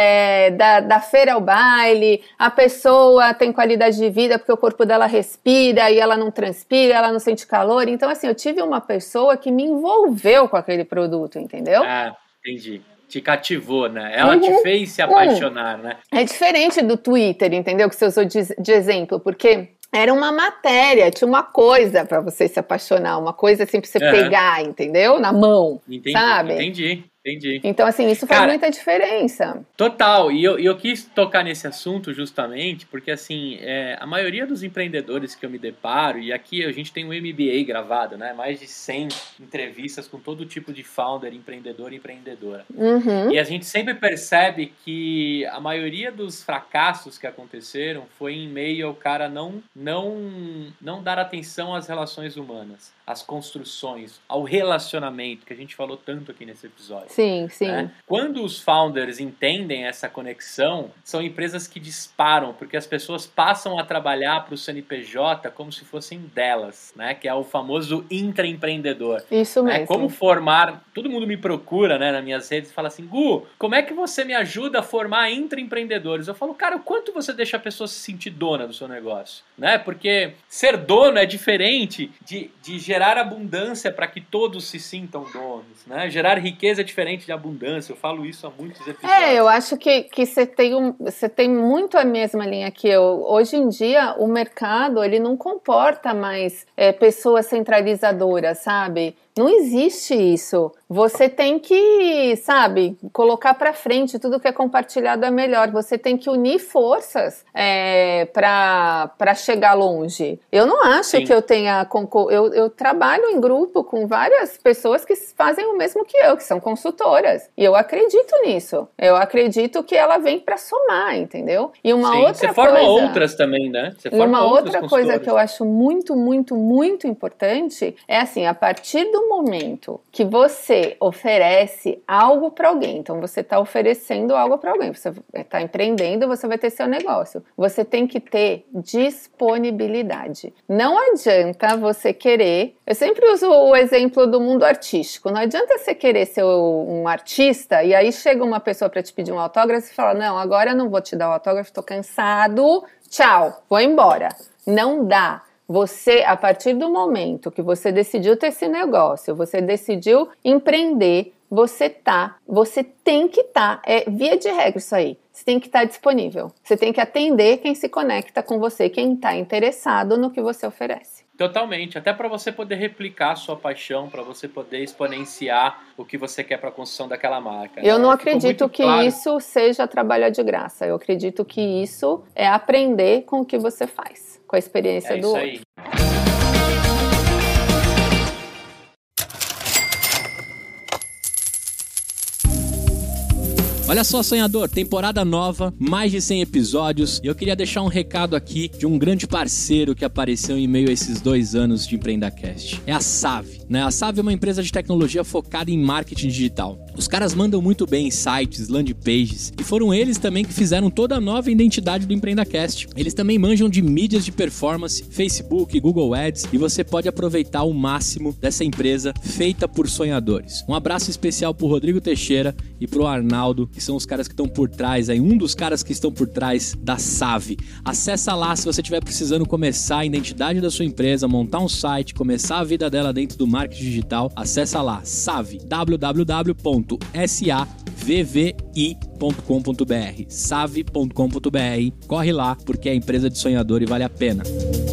é, da, da feira ao baile, a pessoa tem qualidade de vida porque o corpo dela respira, e ela não transpira, ela não sente calor. Então, assim, eu tive uma pessoa que me envolveu com aquele produto, entendeu? Ah, entendi. Te cativou, né? Ela uhum. te fez se apaixonar, uhum. né? É diferente do Twitter, entendeu? Que você usou de, de exemplo, porque era uma matéria, tinha uma coisa pra você se apaixonar, uma coisa assim pra você uhum. pegar, entendeu? Na mão, entendi, sabe? Entendi. Entendi. Então, assim, isso faz Cara, muita diferença. Total, e eu, eu quis tocar nesse assunto justamente porque, assim, é, a maioria dos empreendedores que eu me deparo, e aqui a gente tem um M B A gravado, né, mais de cem entrevistas com todo tipo de founder, empreendedor e empreendedora. Uhum. E a gente sempre percebe que a maioria dos fracassos que aconteceram foi em meio ao cara não, não, não dar atenção às relações humanas, às construções, ao relacionamento, que a gente falou tanto aqui nesse episódio. Sim, sim. Né? Quando os founders entendem essa conexão, são empresas que disparam, porque as pessoas passam a trabalhar para o C N P J como se fossem delas, né? Que é o famoso intraempreendedor. Isso né? mesmo. Como formar... Todo mundo me procura, né, nas minhas redes e fala assim, Gu, como é que você me ajuda a formar intraempreendedores? Eu falo, cara, o quanto você deixa a pessoa se sentir dona do seu negócio? Né? Porque ser dono é diferente de, de gerar abundância para que todos se sintam donos. Né? Gerar riqueza é diferente de abundância, eu falo isso há muitos episódios. É, eu acho que, que você, tem um, você tem muito a mesma linha que eu. Hoje em dia, o mercado, ele não comporta mais é, pessoas centralizadoras, sabe? Não existe isso. Você tem que, sabe, colocar pra frente tudo que é compartilhado é melhor. Você tem que unir forças é, pra, pra chegar longe. Eu não acho Sim. que eu tenha... Eu, eu trabalho em grupo com várias pessoas que fazem o mesmo que eu, que são consultoras. E eu acredito nisso. Eu acredito que ela vem pra somar, entendeu? E uma Sim, outra você forma coisa, outras também, né? Você forma uma outra coisa que eu acho muito, muito, muito importante é assim, a partir do momento que você oferece algo para alguém, então você está oferecendo algo para alguém, você está empreendendo, você vai ter seu negócio, você tem que ter disponibilidade. Não adianta você querer, eu sempre uso o exemplo do mundo artístico, não adianta você querer ser um artista e aí chega uma pessoa para te pedir um autógrafo e fala, não, agora eu não vou te dar o autógrafo, estou cansado, tchau, vou embora. Não dá. Você, a partir do momento que você decidiu ter esse negócio, você decidiu empreender, você tá, você tem que estar, tá, é via de regra isso aí, você tem que estar tá disponível, você tem que atender quem se conecta com você, quem está interessado no que você oferece. Totalmente, até para você poder replicar a sua paixão, para você poder exponenciar o que você quer para a construção daquela marca. Eu né? não acredito que claro. isso seja trabalhar de graça, eu acredito que isso é aprender com o que você faz, com a experiência é do isso outro. Aí. Olha só, sonhador, temporada nova, mais de cem episódios, e eu queria deixar um recado aqui de um grande parceiro que apareceu em meio a esses dois anos de EmpreendaCast. É a Save, né? A Save é uma empresa de tecnologia focada em marketing digital. Os caras mandam muito bem em sites, landing pages, e foram eles também que fizeram toda a nova identidade do EmpreendaCast. Eles também manjam de mídias de performance, Facebook, Google Ads, e você pode aproveitar o máximo dessa empresa feita por sonhadores. Um abraço especial pro Rodrigo Teixeira e pro Arnaldo, que são os caras que estão por trás, aí, um dos caras que estão por trás da Save. Acessa lá se você estiver precisando começar a identidade da sua empresa, montar um site, começar a vida dela dentro do marketing digital. Acessa lá, Save, w w w ponto savvi ponto com ponto b r, save ponto com ponto b r. Corre lá, porque é empresa de sonhador e vale a pena.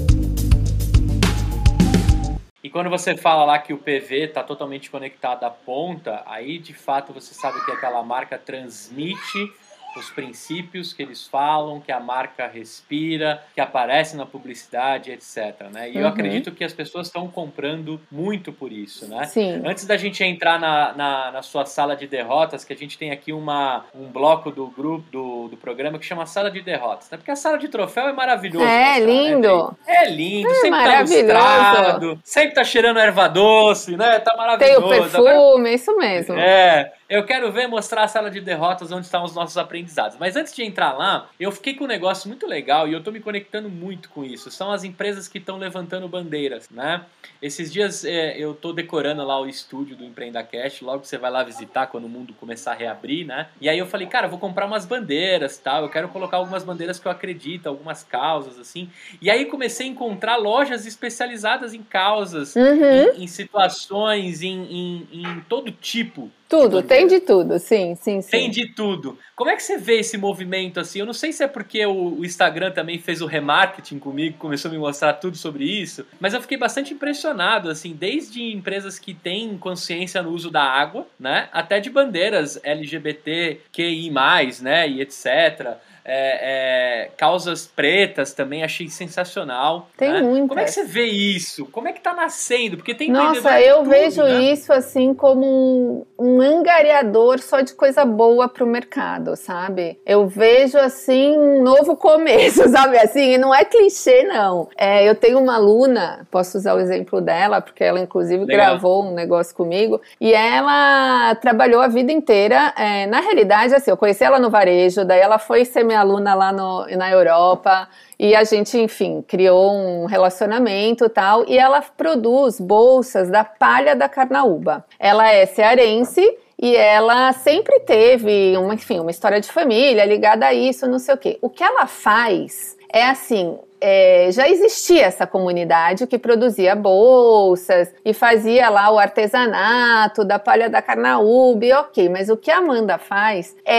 E quando você fala lá que o P V está totalmente conectado à ponta, aí de fato você sabe que aquela marca transmite os princípios que eles falam, que a marca respira, que aparece na publicidade, etcétera. Né? E uhum. eu acredito que as pessoas estão comprando muito por isso. Né? Sim. Antes da gente entrar na, na, na sua sala de derrotas, que a gente tem aqui uma, um bloco do grupo do, do programa que chama Sala de Derrotas. Né? Porque a sala de troféu é maravilhoso. É mostrar, lindo. Né? É lindo, é sempre tá ilustrado, sempre tá cheirando erva doce, né? Tá maravilhoso. Tem o perfume, Agora, isso mesmo. É, eu quero ver mostrar a sala de derrotas onde estão os nossos aprendizados. Mas antes de entrar lá, eu fiquei com um negócio muito legal e eu tô me conectando muito com isso. São as empresas que estão levantando bandeiras, né? Esses dias é, eu tô decorando lá o estúdio do EmpreendaCast, logo você vai lá visitar quando o mundo começar a reabrir, né? E aí eu falei, cara, eu vou comprar umas bandeiras, tal. Eu quero colocar algumas bandeiras que eu acredito, algumas causas, assim. E aí comecei a encontrar lojas especializadas em causas, uhum. em, em situações, em, em, em todo tipo. Tudo, tem de tudo, sim, sim, sim. Tem de tudo. Como é que você vê esse movimento assim? Eu não sei se é porque o, o Instagram também fez o remarketing comigo, começou a me mostrar tudo sobre isso, mas eu fiquei bastante impressionado, assim, desde empresas que têm consciência no uso da água, né, até de bandeiras L G B T Q I mais, né, e etcétera. É, é, causas pretas também achei sensacional. Tem né? muitas. Como é que você vê isso? Como é que tá nascendo? Porque tem Nossa, eu tudo, vejo né? isso assim como um, um angariador só de coisa boa pro mercado, sabe? Eu vejo assim um novo começo, sabe? Assim, e não é clichê, não. É, eu tenho uma aluna, posso usar o exemplo dela, porque ela inclusive Legal. gravou um negócio comigo, e ela trabalhou a vida inteira. É, na realidade, assim, eu conheci ela no varejo, daí ela foi ser minha aluna lá no, na Europa, e a gente, enfim, criou um relacionamento e tal, e ela produz bolsas da palha da carnaúba. Ela é cearense e ela sempre teve, uma, enfim, uma história de família ligada a isso, não sei o quê. O que ela faz é assim... É, já existia essa comunidade que produzia bolsas e fazia lá o artesanato da palha da carnaúba, ok, mas o que a Amanda faz é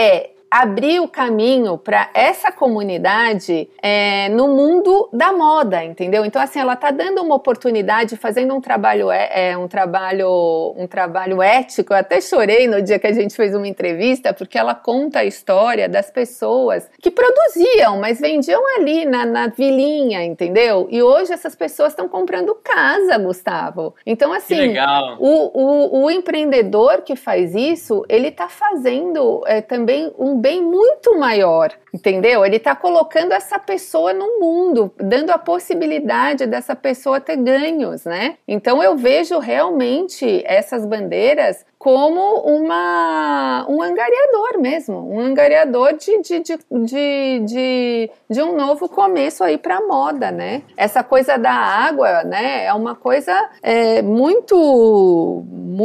abrir o caminho para essa comunidade é, no mundo da moda, entendeu? Então, assim, ela está dando uma oportunidade, fazendo um trabalho, é, um trabalho, um trabalho ético. Eu até chorei no dia que a gente fez uma entrevista, porque ela conta a história das pessoas que produziam, mas vendiam ali na, na vilinha, entendeu? E hoje essas pessoas estão comprando casa, Gustavo. Então, assim, que legal. O, o, o empreendedor que faz isso, ele está fazendo é, também um bem muito maior, entendeu? Ele está colocando essa pessoa no mundo, dando a possibilidade dessa pessoa ter ganhos, né? Então eu vejo realmente essas bandeiras como uma, um angariador mesmo, um angariador de, de, de, de, de, de um novo começo aí para a moda, né? Essa coisa da água, né, é uma coisa é, muito,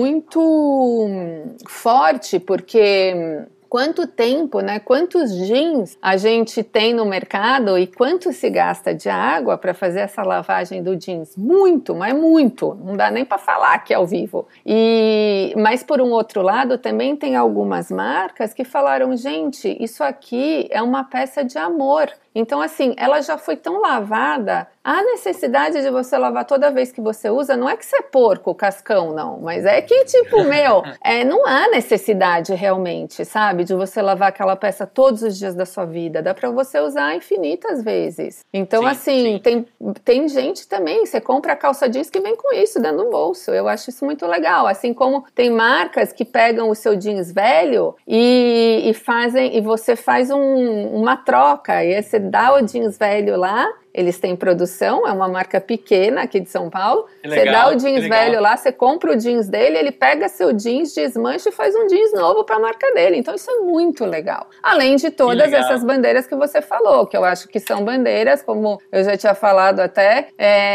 muito forte, porque... Quanto tempo, né? Quantos jeans a gente tem no mercado e quanto se gasta de água para fazer essa lavagem do jeans? Muito, mas muito. Não dá nem para falar aqui ao vivo. E, mas, por um outro lado, também tem algumas marcas que falaram, gente, isso aqui é uma peça de amor. Então, assim, ela já foi tão lavada, a necessidade de você lavar toda vez que você usa, não é que você é porco, cascão, não, mas é que, tipo, meu, é, não há necessidade realmente, sabe, de você lavar aquela peça todos os dias da sua vida, dá pra você usar infinitas vezes. Então, sim, assim, sim. Tem, tem gente também, você compra a calça jeans que vem com isso dentro do bolso, eu acho isso muito legal, assim como tem marcas que pegam o seu jeans velho e, e fazem, e você faz um, uma troca, e você dá o jeans velho lá, eles têm produção, é uma marca pequena aqui de São Paulo, você dá o jeans velho lá, você compra o jeans dele, ele pega seu jeans, desmancha e faz um jeans novo para a marca dele, então isso é muito legal. Além de todas essas bandeiras que você falou, que eu acho que são bandeiras, como eu já tinha falado até,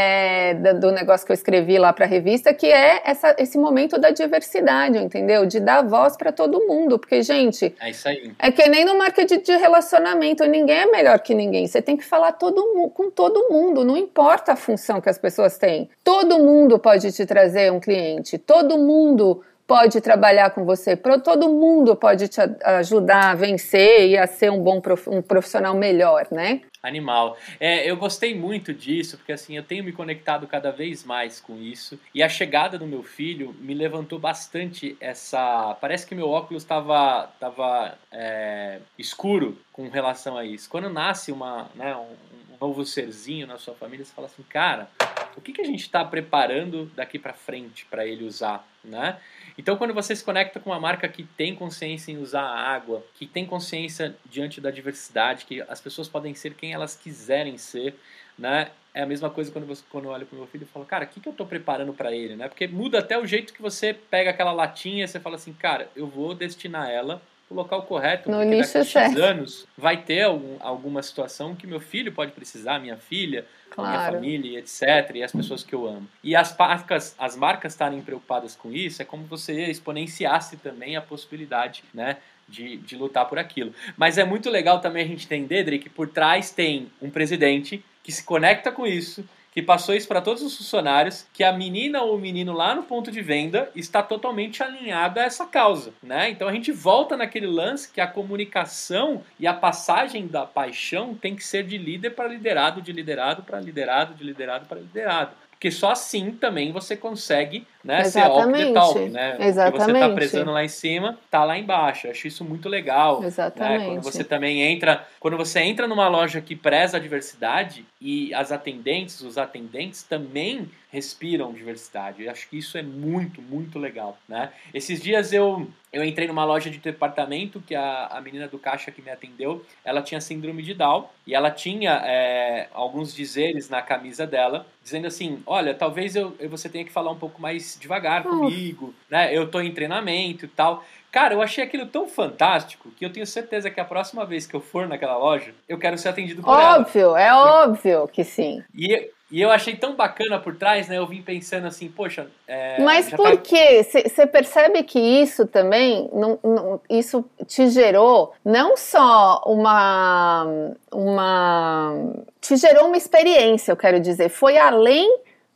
é, do negócio que eu escrevi lá para a revista, que é essa, esse momento da diversidade, entendeu? De dar voz para todo mundo, porque, gente, é isso aí. É que nem no marketing de relacionamento, ninguém é melhor que ninguém, você tem que falar todo mundo, com todo mundo, não importa a função que as pessoas têm. Todo mundo pode te trazer um cliente, todo mundo pode trabalhar com você, todo mundo pode te ajudar a vencer e a ser um bom prof, um profissional melhor, né? Animal. É, eu gostei muito disso, porque assim, eu tenho me conectado cada vez mais com isso, e a chegada do meu filho me levantou bastante essa... Parece que meu óculos estava tava, é, escuro com relação a isso. Quando nasce uma, né, um, um novo serzinho na sua família, você fala assim, cara, o que, que a gente está preparando daqui para frente para ele usar, né? Então, quando você se conecta com uma marca que tem consciência em usar a água, que tem consciência diante da diversidade, que as pessoas podem ser quem elas quiserem ser, né? É a mesma coisa quando, você, quando eu olho pro meu filho e falo, cara, o que, que eu tô preparando para ele, né? Porque muda até o jeito que você pega aquela latinha e você fala assim, cara, eu vou destinar ela o local correto, no porque lixo daqui a X certo. anos vai ter algum, alguma situação que meu filho pode precisar, minha filha, claro. Minha família, etcétera, e as pessoas que eu amo. E as marcas as marcas estarem preocupadas com isso, é como você exponenciasse também a possibilidade, né, de, de lutar por aquilo. Mas é muito legal também a gente entender, Dri, que por trás tem um presidente que se conecta com isso, que passou isso para todos os funcionários, que a menina ou o menino lá no ponto de venda está totalmente alinhado a essa causa, né? Então a gente volta naquele lance que a comunicação e a passagem da paixão tem que ser de líder para liderado, de liderado para liderado, de liderado para liderado. Porque só assim também você consegue, né, ser walk the talk, né? Exatamente. O que você está prezando lá em cima, tá lá embaixo. Eu acho isso muito legal. Exatamente. Né? Quando você também entra, quando você entra numa loja que preza a diversidade e as atendentes, os atendentes também respiram diversidade. Eu acho que isso é muito, muito legal, né? Esses dias eu eu entrei numa loja de departamento que a, a menina do caixa que me atendeu, ela tinha síndrome de Down e ela tinha é, alguns dizeres na camisa dela, dizendo assim, olha, talvez eu, eu, você tenha que falar um pouco mais devagar oh. comigo, né? Eu tô em treinamento e tal. Cara, eu achei aquilo tão fantástico que eu tenho certeza que a próxima vez que eu for naquela loja, eu quero ser atendido por ela. Óbvio, é óbvio que sim. E, e eu achei tão bacana por trás, né? Eu vim pensando assim, poxa... É, Mas por tá... quê? Você percebe que isso também, não, não, isso te gerou não só uma, uma... Te gerou uma experiência, eu quero dizer. Foi além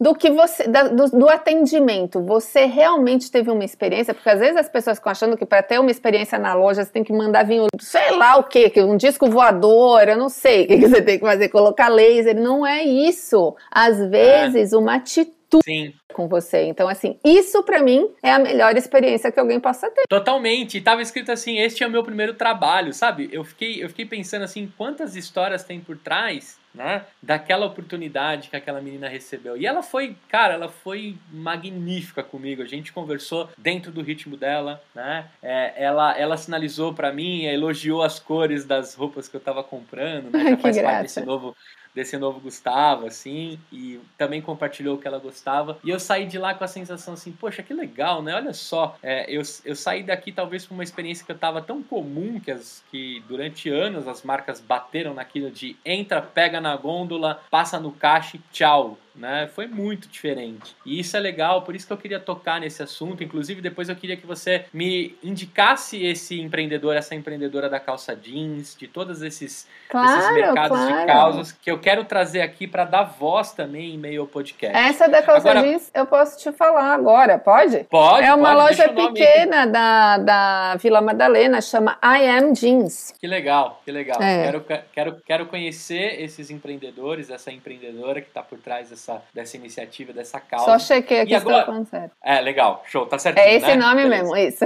do que você, da, do, do atendimento. Você realmente teve uma experiência, porque às vezes as pessoas ficam achando que para ter uma experiência na loja você tem que mandar vir, sei lá o quê, um disco voador, eu não sei o que você tem que fazer, colocar laser, não é isso. Às vezes, é. uma atitude Sim. com você. Então, assim, isso pra mim é a melhor experiência que alguém possa ter. Totalmente. E tava escrito assim, este é o meu primeiro trabalho, sabe? Eu fiquei, eu fiquei pensando assim, quantas histórias tem por trás, né, daquela oportunidade que aquela menina recebeu. E ela foi, cara, ela foi magnífica comigo. A gente conversou dentro do ritmo dela, né? É, ela, ela sinalizou pra mim, elogiou as cores das roupas que eu tava comprando, né? Já faz parte desse novo... desse novo Gustavo, assim, e também compartilhou o que ela gostava, e eu saí de lá com a sensação assim, poxa, que legal, né, olha só, é, eu, eu saí daqui talvez com uma experiência que eu tava tão comum, que, as, que durante anos as marcas bateram naquilo de entra, pega na gôndola, passa no caixa e tchau, né, foi muito diferente, e isso é legal, por isso que eu queria tocar nesse assunto, inclusive depois eu queria que você me indicasse esse empreendedor, essa empreendedora da calça jeans, de todos esses, claro, esses mercados claro. de causas que eu quero trazer aqui para dar voz também em meio ao podcast. Essa da calça agora, jeans eu posso te falar agora, pode? Pode, É uma pode, loja pequena da, da Vila Madalena, chama I Am Jeans. Que legal, que legal. É. Quero, quero, quero conhecer esses empreendedores, essa empreendedora que está por trás dessa, dessa iniciativa, dessa causa. Só chequei aqui e se agora... tá falando certo. É, legal, show, tá certinho, É esse né? nome Beleza. mesmo, isso.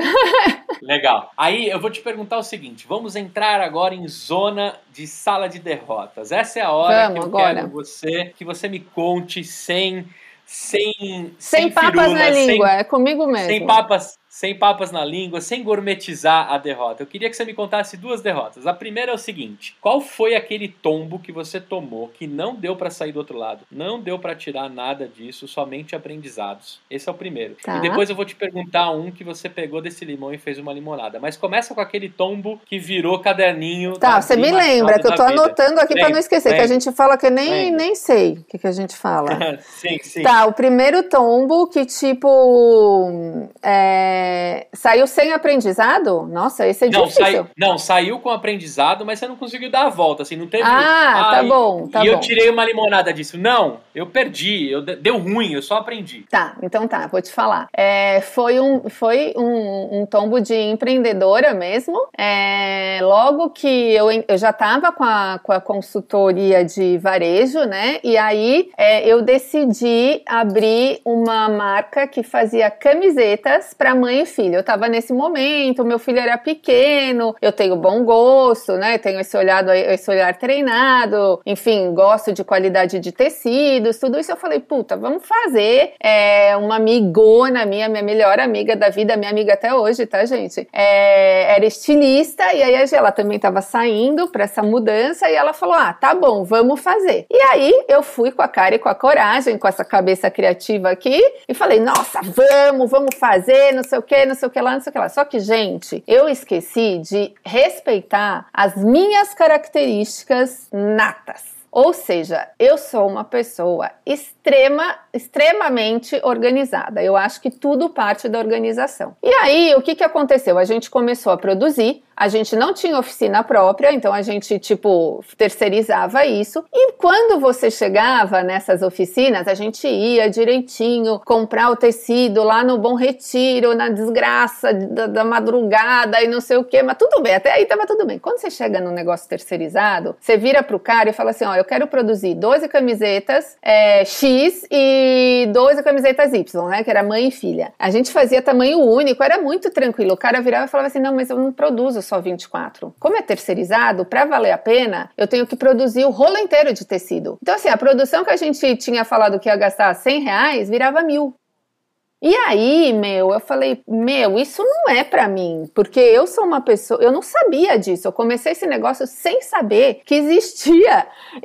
Legal. Aí eu vou te perguntar o seguinte, vamos entrar agora em zona de sala de derrotas. Essa é a hora vamos, que eu agora. quero você, que você me conte sem... Sem, sem, sem papas firula, na língua, sem, é comigo mesmo. Sem papas, sem papas na língua, sem gourmetizar a derrota. Eu queria que você me contasse duas derrotas. A primeira é o seguinte, qual foi aquele tombo que você tomou que não deu pra sair do outro lado? Não deu pra tirar nada disso, somente aprendizados. Esse é o primeiro. Tá. E depois eu vou te perguntar um que você pegou desse limão e fez uma limonada. Mas começa com aquele tombo que virou caderninho. Tá, você me lembra, que eu tô vida. anotando aqui lembra, pra não esquecer, lembra, que a gente fala que eu nem, nem sei o que, que a gente fala. Sim, sim. Tá, o primeiro tombo que, tipo, é, saiu sem aprendizado? Nossa, esse é não, difícil. Saiu, não, saiu com aprendizado, mas você não conseguiu dar a volta, assim, não teve... Ah, tá ah, bom, tá e bom. E eu tirei uma limonada disso. Não, eu perdi, eu, deu ruim, eu só aprendi. Tá, então tá, vou te falar. É, foi um, foi um, um tombo de empreendedora mesmo. É, logo que eu, eu já tava com a, com a consultoria de varejo, né, e aí é, eu decidi abrir uma marca que fazia camisetas para mãe e filho. Eu tava nesse momento, meu filho era pequeno, eu tenho bom gosto, né? Tenho esse olhar, esse olhar treinado, enfim, gosto de qualidade de tecidos, tudo isso. Eu falei, puta, vamos fazer. É, uma amigona minha, minha melhor amiga da vida, minha amiga até hoje, tá, gente? É, era estilista e aí ela também tava saindo para essa mudança e ela falou, ah, tá bom, vamos fazer. E aí eu fui com a cara e com a coragem, com essa cabeça criativa aqui, e falei, nossa, vamos, vamos fazer, não sei o que, não sei o que lá, não sei o que lá. Só que, gente, eu esqueci de respeitar as minhas características natas. Ou seja, eu sou uma pessoa extrema, extremamente organizada. Eu acho que tudo parte da organização. E aí, o que que aconteceu? A gente começou a produzir, a gente não tinha oficina própria, então a gente, tipo, terceirizava isso. E quando você chegava nessas oficinas, a gente ia direitinho comprar o tecido lá no Bom Retiro, na desgraça da, da madrugada e não sei o quê, mas tudo bem, até aí tava tudo bem. Quando você chega num negócio terceirizado, você vira pro cara e fala assim, ó, eu quero produzir doze camisetas é, X e doze camisetas Y, né, que era mãe e filha. A gente fazia tamanho único, era muito tranquilo. O cara virava e falava assim, não, mas eu não produzo só vinte e quatro. Como é terceirizado, pra valer a pena, eu tenho que produzir o rolo inteiro de tecido. Então, assim, a produção que a gente tinha falado que ia gastar cem reais, virava mil. E aí, meu, eu falei, meu, isso não é pra mim, porque eu sou uma pessoa, eu não sabia disso, eu comecei esse negócio sem saber que existia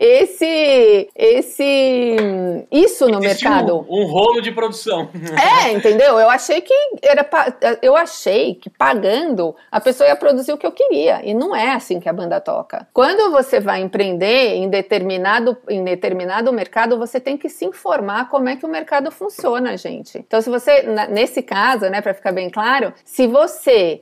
esse, esse, isso no Existiu mercado. Um, um rolo de produção. É, entendeu? Eu achei que era, eu achei que pagando a pessoa ia produzir o que eu queria, e não é assim que a banda toca. Quando você vai empreender em determinado, em determinado mercado, você tem que se informar como é que o mercado funciona, gente. Então, se você você, nesse caso, né, para ficar bem claro, se você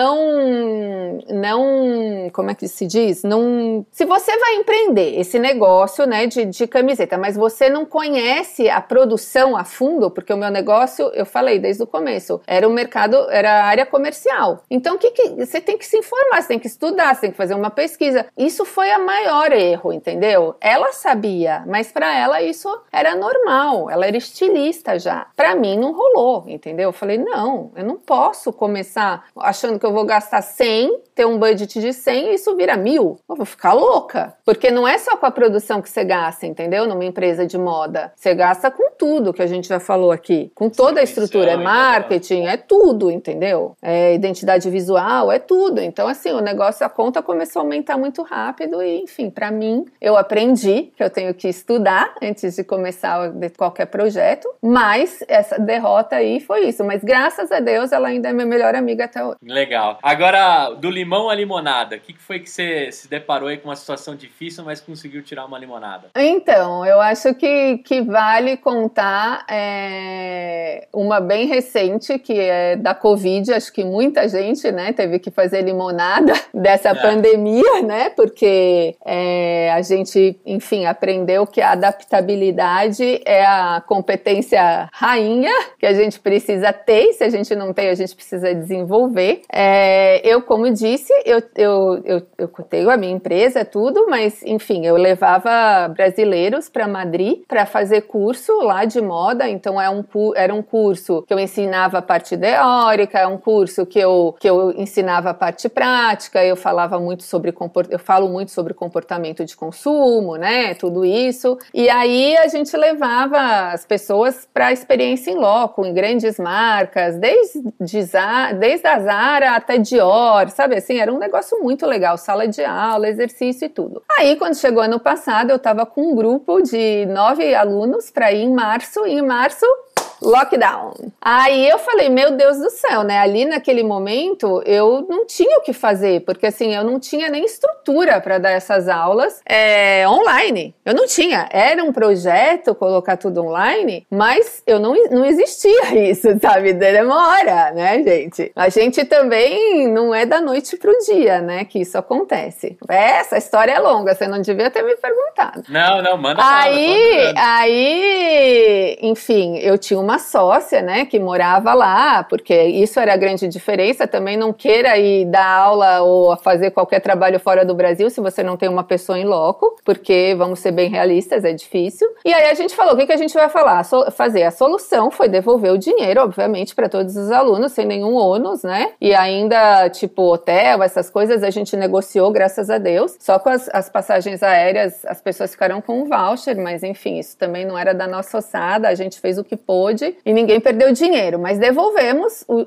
não, não, como é que se diz? Não, se você vai empreender esse negócio, né, de, de camiseta, mas você não conhece a produção a fundo, porque o meu negócio, eu falei desde o começo, era o mercado, era a área comercial. Então, que, que, você tem que se informar, você tem que estudar, você tem que fazer uma pesquisa. Isso foi a maior erro, entendeu? Ela sabia, mas para ela isso era normal, ela era estilista já. Para mim não rolou, entendeu? Eu falei, não, eu não posso começar achando que eu vou gastar cem, ter um budget de cem e isso vira mil. Eu vou ficar louca, porque não é só com a produção que você gasta, entendeu? Numa empresa de moda. Você gasta com tudo que a gente já falou aqui, com toda a estrutura, é marketing, é tudo, entendeu? É identidade visual, é tudo. Então, assim, o negócio, a conta começou a aumentar muito rápido e, enfim, para mim, eu aprendi que eu tenho que estudar antes de começar qualquer projeto, mas essa derrota aí foi isso. Mas graças a Deus, ela ainda é minha melhor amiga até hoje. Legal. Agora, do limão à limonada, o que foi que você se deparou aí com uma situação difícil, mas conseguiu tirar uma limonada? Então, eu acho que, que vale contar é, uma bem recente, que é da Covid. Acho que muita gente, né, teve que fazer limonada dessa é. pandemia, né, porque é, a gente, enfim, aprendeu que a adaptabilidade é a competência rainha que a gente precisa ter, e se a gente não tem, a gente precisa desenvolver. É, eu, como disse, eu, eu, eu, eu tenho a minha empresa, tudo, mas, enfim, eu levava brasileiros para Madrid para fazer curso lá de moda, então é um, era um curso que eu ensinava a parte teórica, é um curso que eu, que eu ensinava a parte prática, eu falava muito sobre, eu falo muito sobre comportamento de consumo, né, tudo isso, e aí a gente levava as pessoas para a experiência em loco, em grandes marcas, desde, desde a Zara até Dior, sabe assim, era um negócio muito legal, sala de aula, exercício e tudo. Aí, quando chegou ano passado, eu tava com um grupo de nove alunos para ir em março, e em março, lockdown. Aí eu falei, meu Deus do céu, né? Ali naquele momento eu não tinha o que fazer, porque assim, eu não tinha nem estrutura para dar essas aulas é, online. Eu não tinha. Era um projeto colocar tudo online, mas eu não, não existia isso, sabe? Demora, né, gente? A gente também não é da noite pro dia, né, que isso acontece. Essa história é longa, você não devia ter me perguntado. Não, não, manda aí, aí, enfim, eu tinha uma sócia, né, que morava lá, porque isso era a grande diferença. Também não queira ir dar aula ou fazer qualquer trabalho fora do Brasil se você não tem uma pessoa em loco, porque, vamos ser bem realistas, é difícil. E aí a gente falou, o que, que a gente vai falar? So- fazer a solução foi devolver o dinheiro, obviamente, para todos os alunos, sem nenhum ônus, né, e ainda, tipo, hotel, essas coisas, a gente negociou, graças a Deus, só com as, as passagens aéreas, as pessoas ficaram com um voucher, mas enfim, isso também não era da nossa ossada, a gente fez o que pôde, e ninguém perdeu dinheiro, mas devolvemos o,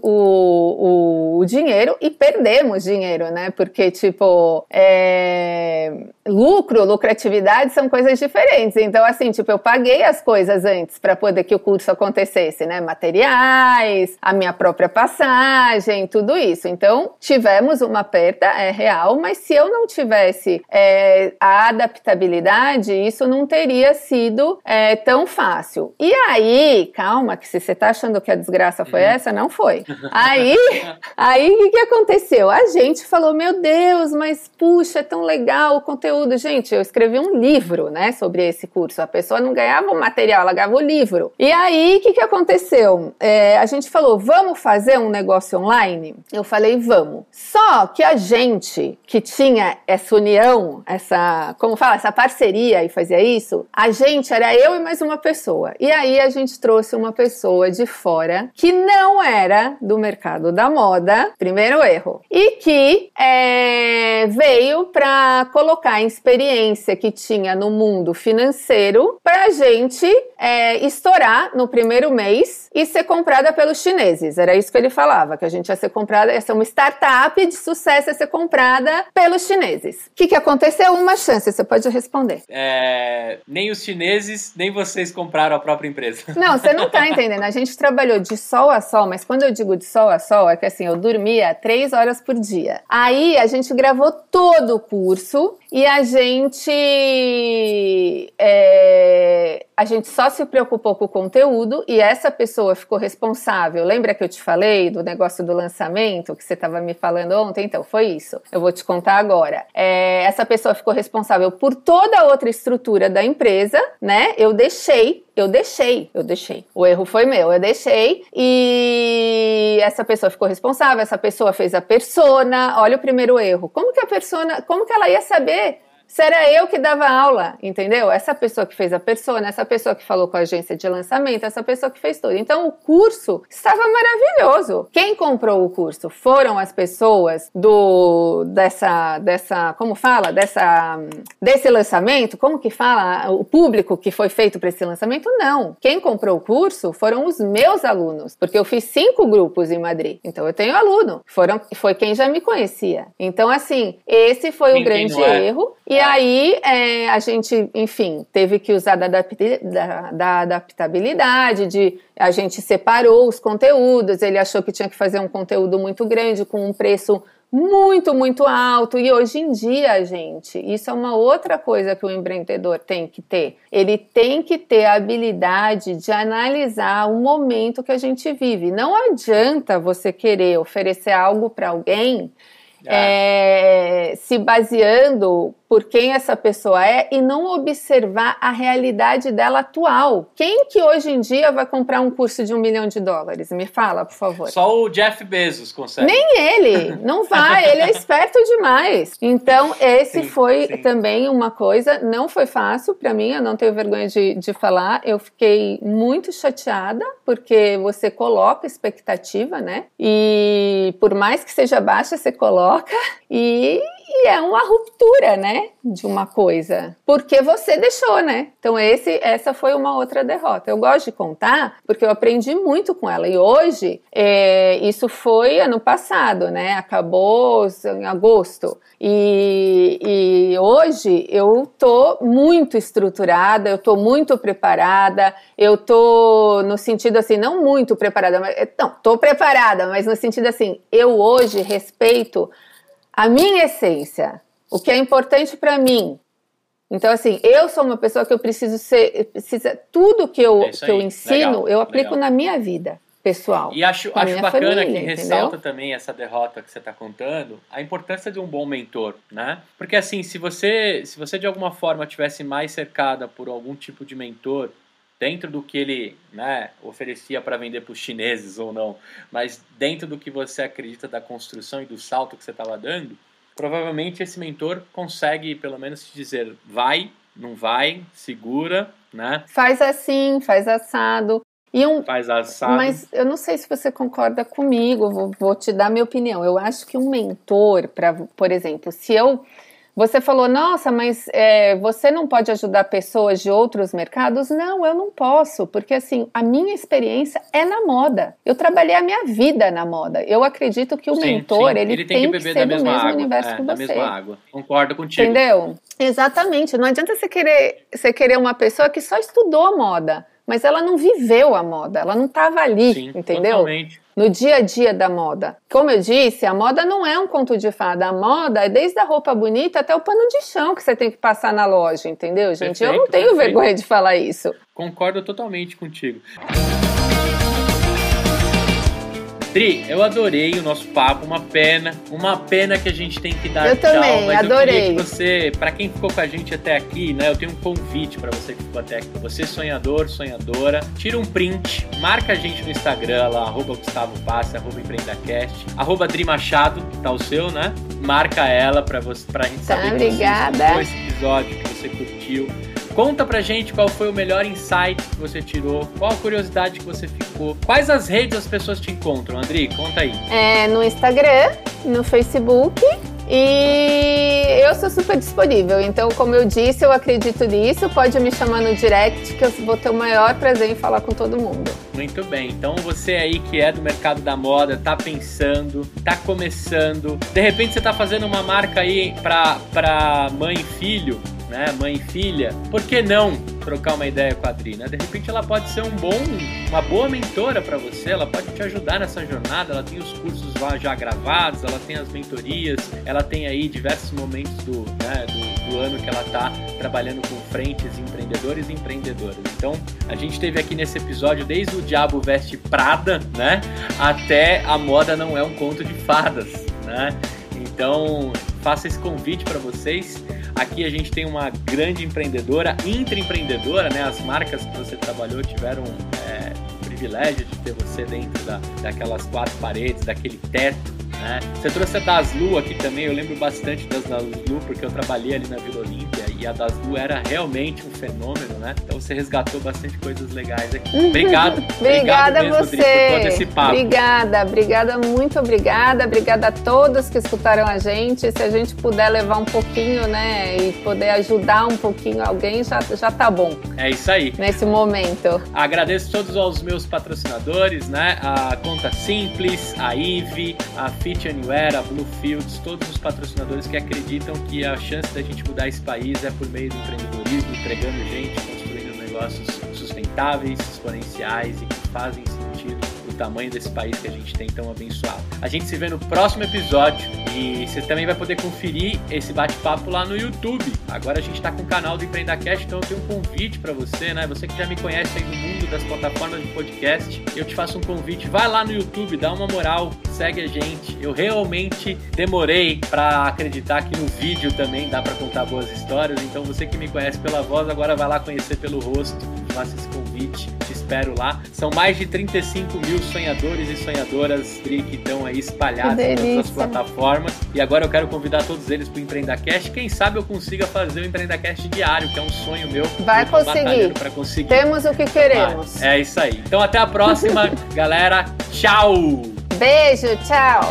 o, o dinheiro e perdemos dinheiro, né? Porque, tipo, é... lucro, lucratividade são coisas diferentes. Então, assim, tipo, eu paguei as coisas antes para poder que o curso acontecesse, né? Materiais, a minha própria passagem, tudo isso. Então, tivemos uma perda, é real, mas se eu não tivesse é, a adaptabilidade, isso não teria sido é, tão fácil. E aí, calma, que se você tá achando que a desgraça foi essa, não foi. Aí, aí o que, que aconteceu? A gente falou, meu Deus, mas puxa, é tão legal o conteúdo. Gente, eu escrevi um livro, né, sobre esse curso. A pessoa não ganhava o material, ela ganhava o livro. E aí, o que, que aconteceu? É, a gente falou, vamos fazer um negócio online? Eu falei, vamos. Só que a gente que tinha essa união, essa, como fala, essa parceria e fazia isso, a gente era eu e mais uma pessoa. E aí a gente trouxe uma pessoa de fora que não era do mercado da moda, primeiro erro, e que é, veio para colocar a experiência que tinha no mundo financeiro pra gente é, estourar no primeiro mês e ser comprada pelos chineses. Era isso que ele falava, que a gente ia ser comprada, ia ser uma startup de sucesso, ia ser comprada pelos chineses. O que, que aconteceu? Uma chance, você pode responder. É, nem os chineses, nem vocês compraram a própria empresa. Não, você não tá entendendo. A gente trabalhou de sol a sol, mas quando eu digo de sol a sol, é que assim, eu dormia três horas por dia. Aí a gente gravou todo o curso e a gente é, a gente só se preocupou com o conteúdo e essa pessoa ficou responsável. Lembra que eu te falei do negócio do lançamento, que você estava me falando ontem? Então, foi isso. Eu vou te contar agora. É, essa pessoa ficou responsável por toda a outra estrutura da empresa, né? Eu deixei Eu deixei, eu deixei. O erro foi meu, eu deixei. E essa pessoa ficou responsável, essa pessoa fez a persona. Olha o primeiro erro. Como que a persona, como que ela ia saber se era eu que dava aula, entendeu? Essa pessoa que fez a persona, essa pessoa que falou com a agência de lançamento, essa pessoa que fez tudo. Então, o curso estava maravilhoso. Quem comprou o curso foram as pessoas do, dessa, dessa, como fala? Dessa, desse lançamento? Como que fala? O público que foi feito para esse lançamento? Não. Quem comprou o curso foram os meus alunos, porque eu fiz cinco grupos em Madrid. Então, eu tenho aluno. Foram, foi quem já me conhecia. Então, assim, esse foi o grande erro. E aí, é, a gente, enfim, teve que usar da, da, da adaptabilidade, de, a gente separou os conteúdos, ele achou que tinha que fazer um conteúdo muito grande, com um preço muito, muito alto, e hoje em dia, gente, isso é uma outra coisa que o empreendedor tem que ter. Ele tem que ter a habilidade de analisar o momento que a gente vive. Não adianta você querer oferecer algo para alguém É, se baseando por quem essa pessoa é e não observar a realidade dela atual. Quem que hoje em dia vai comprar um curso de um milhão de dólares? Me fala, por favor. Só o Jeff Bezos consegue. Nem ele, não vai, ele é esperto demais. Então, esse sim, foi sim. também uma coisa, não foi fácil para mim, eu não tenho vergonha de, de falar, eu fiquei muito chateada, porque você coloca expectativa, né? E por mais que seja baixa, você coloca. E, e é uma ruptura, né, de uma coisa, porque você deixou, né? Então esse, essa foi uma outra derrota. Eu gosto de contar porque eu aprendi muito com ela, e hoje, é, isso foi ano passado, né? Acabou em agosto, e, e hoje eu tô muito estruturada, eu tô muito preparada, eu tô no sentido assim, não muito preparada, mas, não, tô preparada, mas no sentido assim, eu hoje respeito a minha essência, o que é importante para mim. Então, assim, eu sou uma pessoa que eu preciso ser, precisa, tudo que eu, é que eu ensino, legal, eu aplico legal. na minha vida pessoal. E acho, acho bacana família, que ressalta também essa derrota que você está contando, a importância de um bom mentor, né? Porque, assim, se você, se você de alguma forma tivesse mais cercada por algum tipo de mentor, dentro do que ele, né, oferecia para vender para os chineses ou não, mas dentro do que você acredita da construção e do salto que você estava dando, provavelmente esse mentor consegue pelo menos te dizer, vai, não vai, segura, né? Faz assim, faz assado. E um, faz assado. Mas eu não sei se você concorda comigo, vou, vou te dar minha opinião. Eu acho que um mentor, pra, por exemplo, se eu... Você falou, nossa, mas é, você não pode ajudar pessoas de outros mercados? Não, eu não posso, porque assim, a minha experiência é na moda. Eu trabalhei a minha vida na moda. Eu acredito que o sim, mentor, sim. Ele, ele tem, tem que, que ser do mesmo água. universo é, que você. Da mesma água. Concordo contigo. Entendeu? Exatamente. Não adianta você querer, você querer uma pessoa que só estudou a moda, mas ela não viveu a moda, ela não estava ali, sim, entendeu? Totalmente. No dia a dia da moda. Como eu disse, a moda não é um conto de fada. A moda é desde a roupa bonita até o pano de chão que você tem que passar na loja, entendeu, gente? Perfeito, eu não tenho perfeito. vergonha de falar isso. Concordo totalmente contigo. Dri, eu adorei o nosso papo, uma pena, uma pena que a gente tem que dar eu tchau, também, mas adorei. eu queria que você, pra quem ficou com a gente até aqui, né, eu tenho um convite pra você que ficou até aqui, você sonhador, sonhadora, tira um print, marca a gente no Instagram lá, arroba Gustavo Passe, arroba EmpreendaCast, arroba Dri Machado, tá o seu, né, marca ela pra, você, pra gente saber tá, que obrigada. você escutou esse episódio, que você curtiu. Conta pra gente qual foi o melhor insight que você tirou, qual a curiosidade que você ficou, quais as redes as pessoas te encontram, Andri? Conta aí. É, no Instagram, no Facebook e eu sou super disponível, então como eu disse, eu acredito nisso, pode me chamar no direct que eu vou ter o maior prazer em falar com todo mundo. Muito bem, então você aí que é do mercado da moda, tá pensando, tá começando, de repente você tá fazendo uma marca aí pra, pra mãe e filho, né, mãe e filha, por que não trocar uma ideia com a Adri, né? De repente ela pode ser um bom, uma boa mentora para você, ela pode te ajudar nessa jornada, ela tem os cursos já gravados, ela tem as mentorias, ela tem aí diversos momentos do, né, do, do ano que ela tá trabalhando com frentes, empreendedores e empreendedoras. Então, a gente teve aqui nesse episódio desde o Diabo Veste Prada, né, até a moda não é um conto de fadas, né? Então, faço esse convite para vocês. Aqui a gente tem uma grande empreendedora, intraempreendedora, né? As marcas que você trabalhou tiveram é, o privilégio de ter você dentro da, daquelas quatro paredes, daquele teto, né? Você trouxe a Daslu aqui também, eu lembro bastante das Daslu, porque eu trabalhei ali na Vila Olímpia e a Daslu era realmente um fenômeno, né? Então você resgatou bastante coisas legais aqui. Obrigado. Obrigada mesmo, a você. Rodrigo, por todo esse papo. Obrigada, obrigada, muito obrigada. Obrigada a todos que escutaram a gente. Se a gente puder levar um pouquinho, né, e poder ajudar um pouquinho alguém, já, já tá bom. É isso aí. Nesse momento. Agradeço todos aos meus patrocinadores, né? A Conta Simples, a I V E, a Fit Anywhere, a Bluefields, todos os patrocinadores que acreditam que a chance da gente mudar esse país é por meio do empreendedorismo, entregando gente, construindo negócios sustentáveis, exponenciais e que fazem sentido o tamanho desse país que a gente tem tão abençoado. A gente se vê no próximo episódio e você também vai poder conferir esse bate-papo lá no YouTube. Agora a gente está com o canal do EmpreendaCast, então eu tenho um convite para você, né? Você que já me conhece aí do mundo das plataformas de podcast, eu te faço um convite, vai lá no YouTube, dá uma moral, segue a gente. Eu realmente demorei para acreditar que no vídeo também dá para contar boas histórias, então você que me conhece pela voz, agora vai lá conhecer pelo rosto. Faço esse convite, te espero lá. São mais de trinta e cinco mil sonhadores e sonhadoras que estão aí espalhados em todas as plataformas. E agora eu quero convidar todos eles para o EmpreendaCast. Quem sabe eu consiga fazer o EmpreendaCast diário, que é um sonho meu. Vai conseguir. Pra conseguir. Temos o que queremos. Vai. É isso aí. Então até a próxima, galera. Tchau! Beijo, tchau!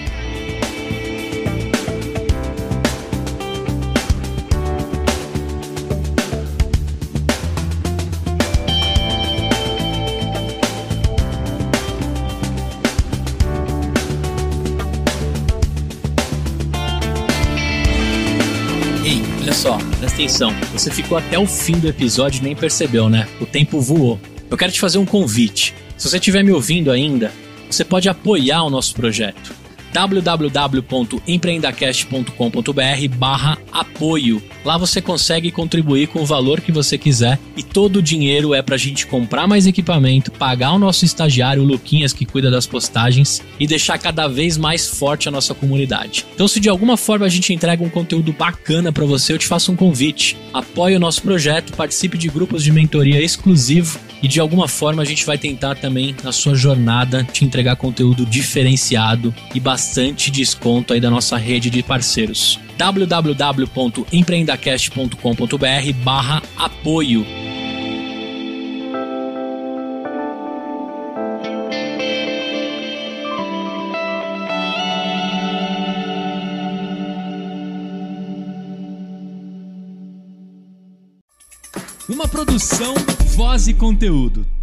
Olha só, presta atenção, você ficou até o fim do episódio e nem percebeu, né? O tempo voou. Eu quero te fazer um convite. Se você estiver me ouvindo ainda, você pode apoiar o nosso projeto. w w w ponto empreendacast ponto com ponto b r barra apoio. Lá você consegue contribuir com o valor que você quiser e todo o dinheiro é pra gente comprar mais equipamento, pagar o nosso estagiário, o Luquinhas, que cuida das postagens e deixar cada vez mais forte a nossa comunidade. Então, se de alguma forma a gente entrega um conteúdo bacana pra você, eu te faço um convite. Apoie o nosso projeto, participe de grupos de mentoria exclusivo e de alguma forma a gente vai tentar também, na sua jornada, te entregar conteúdo diferenciado e bastante desconto aí da nossa rede de parceiros. w w w ponto empreendacast ponto com ponto b r barra apoio. Uma produção, voz e conteúdo.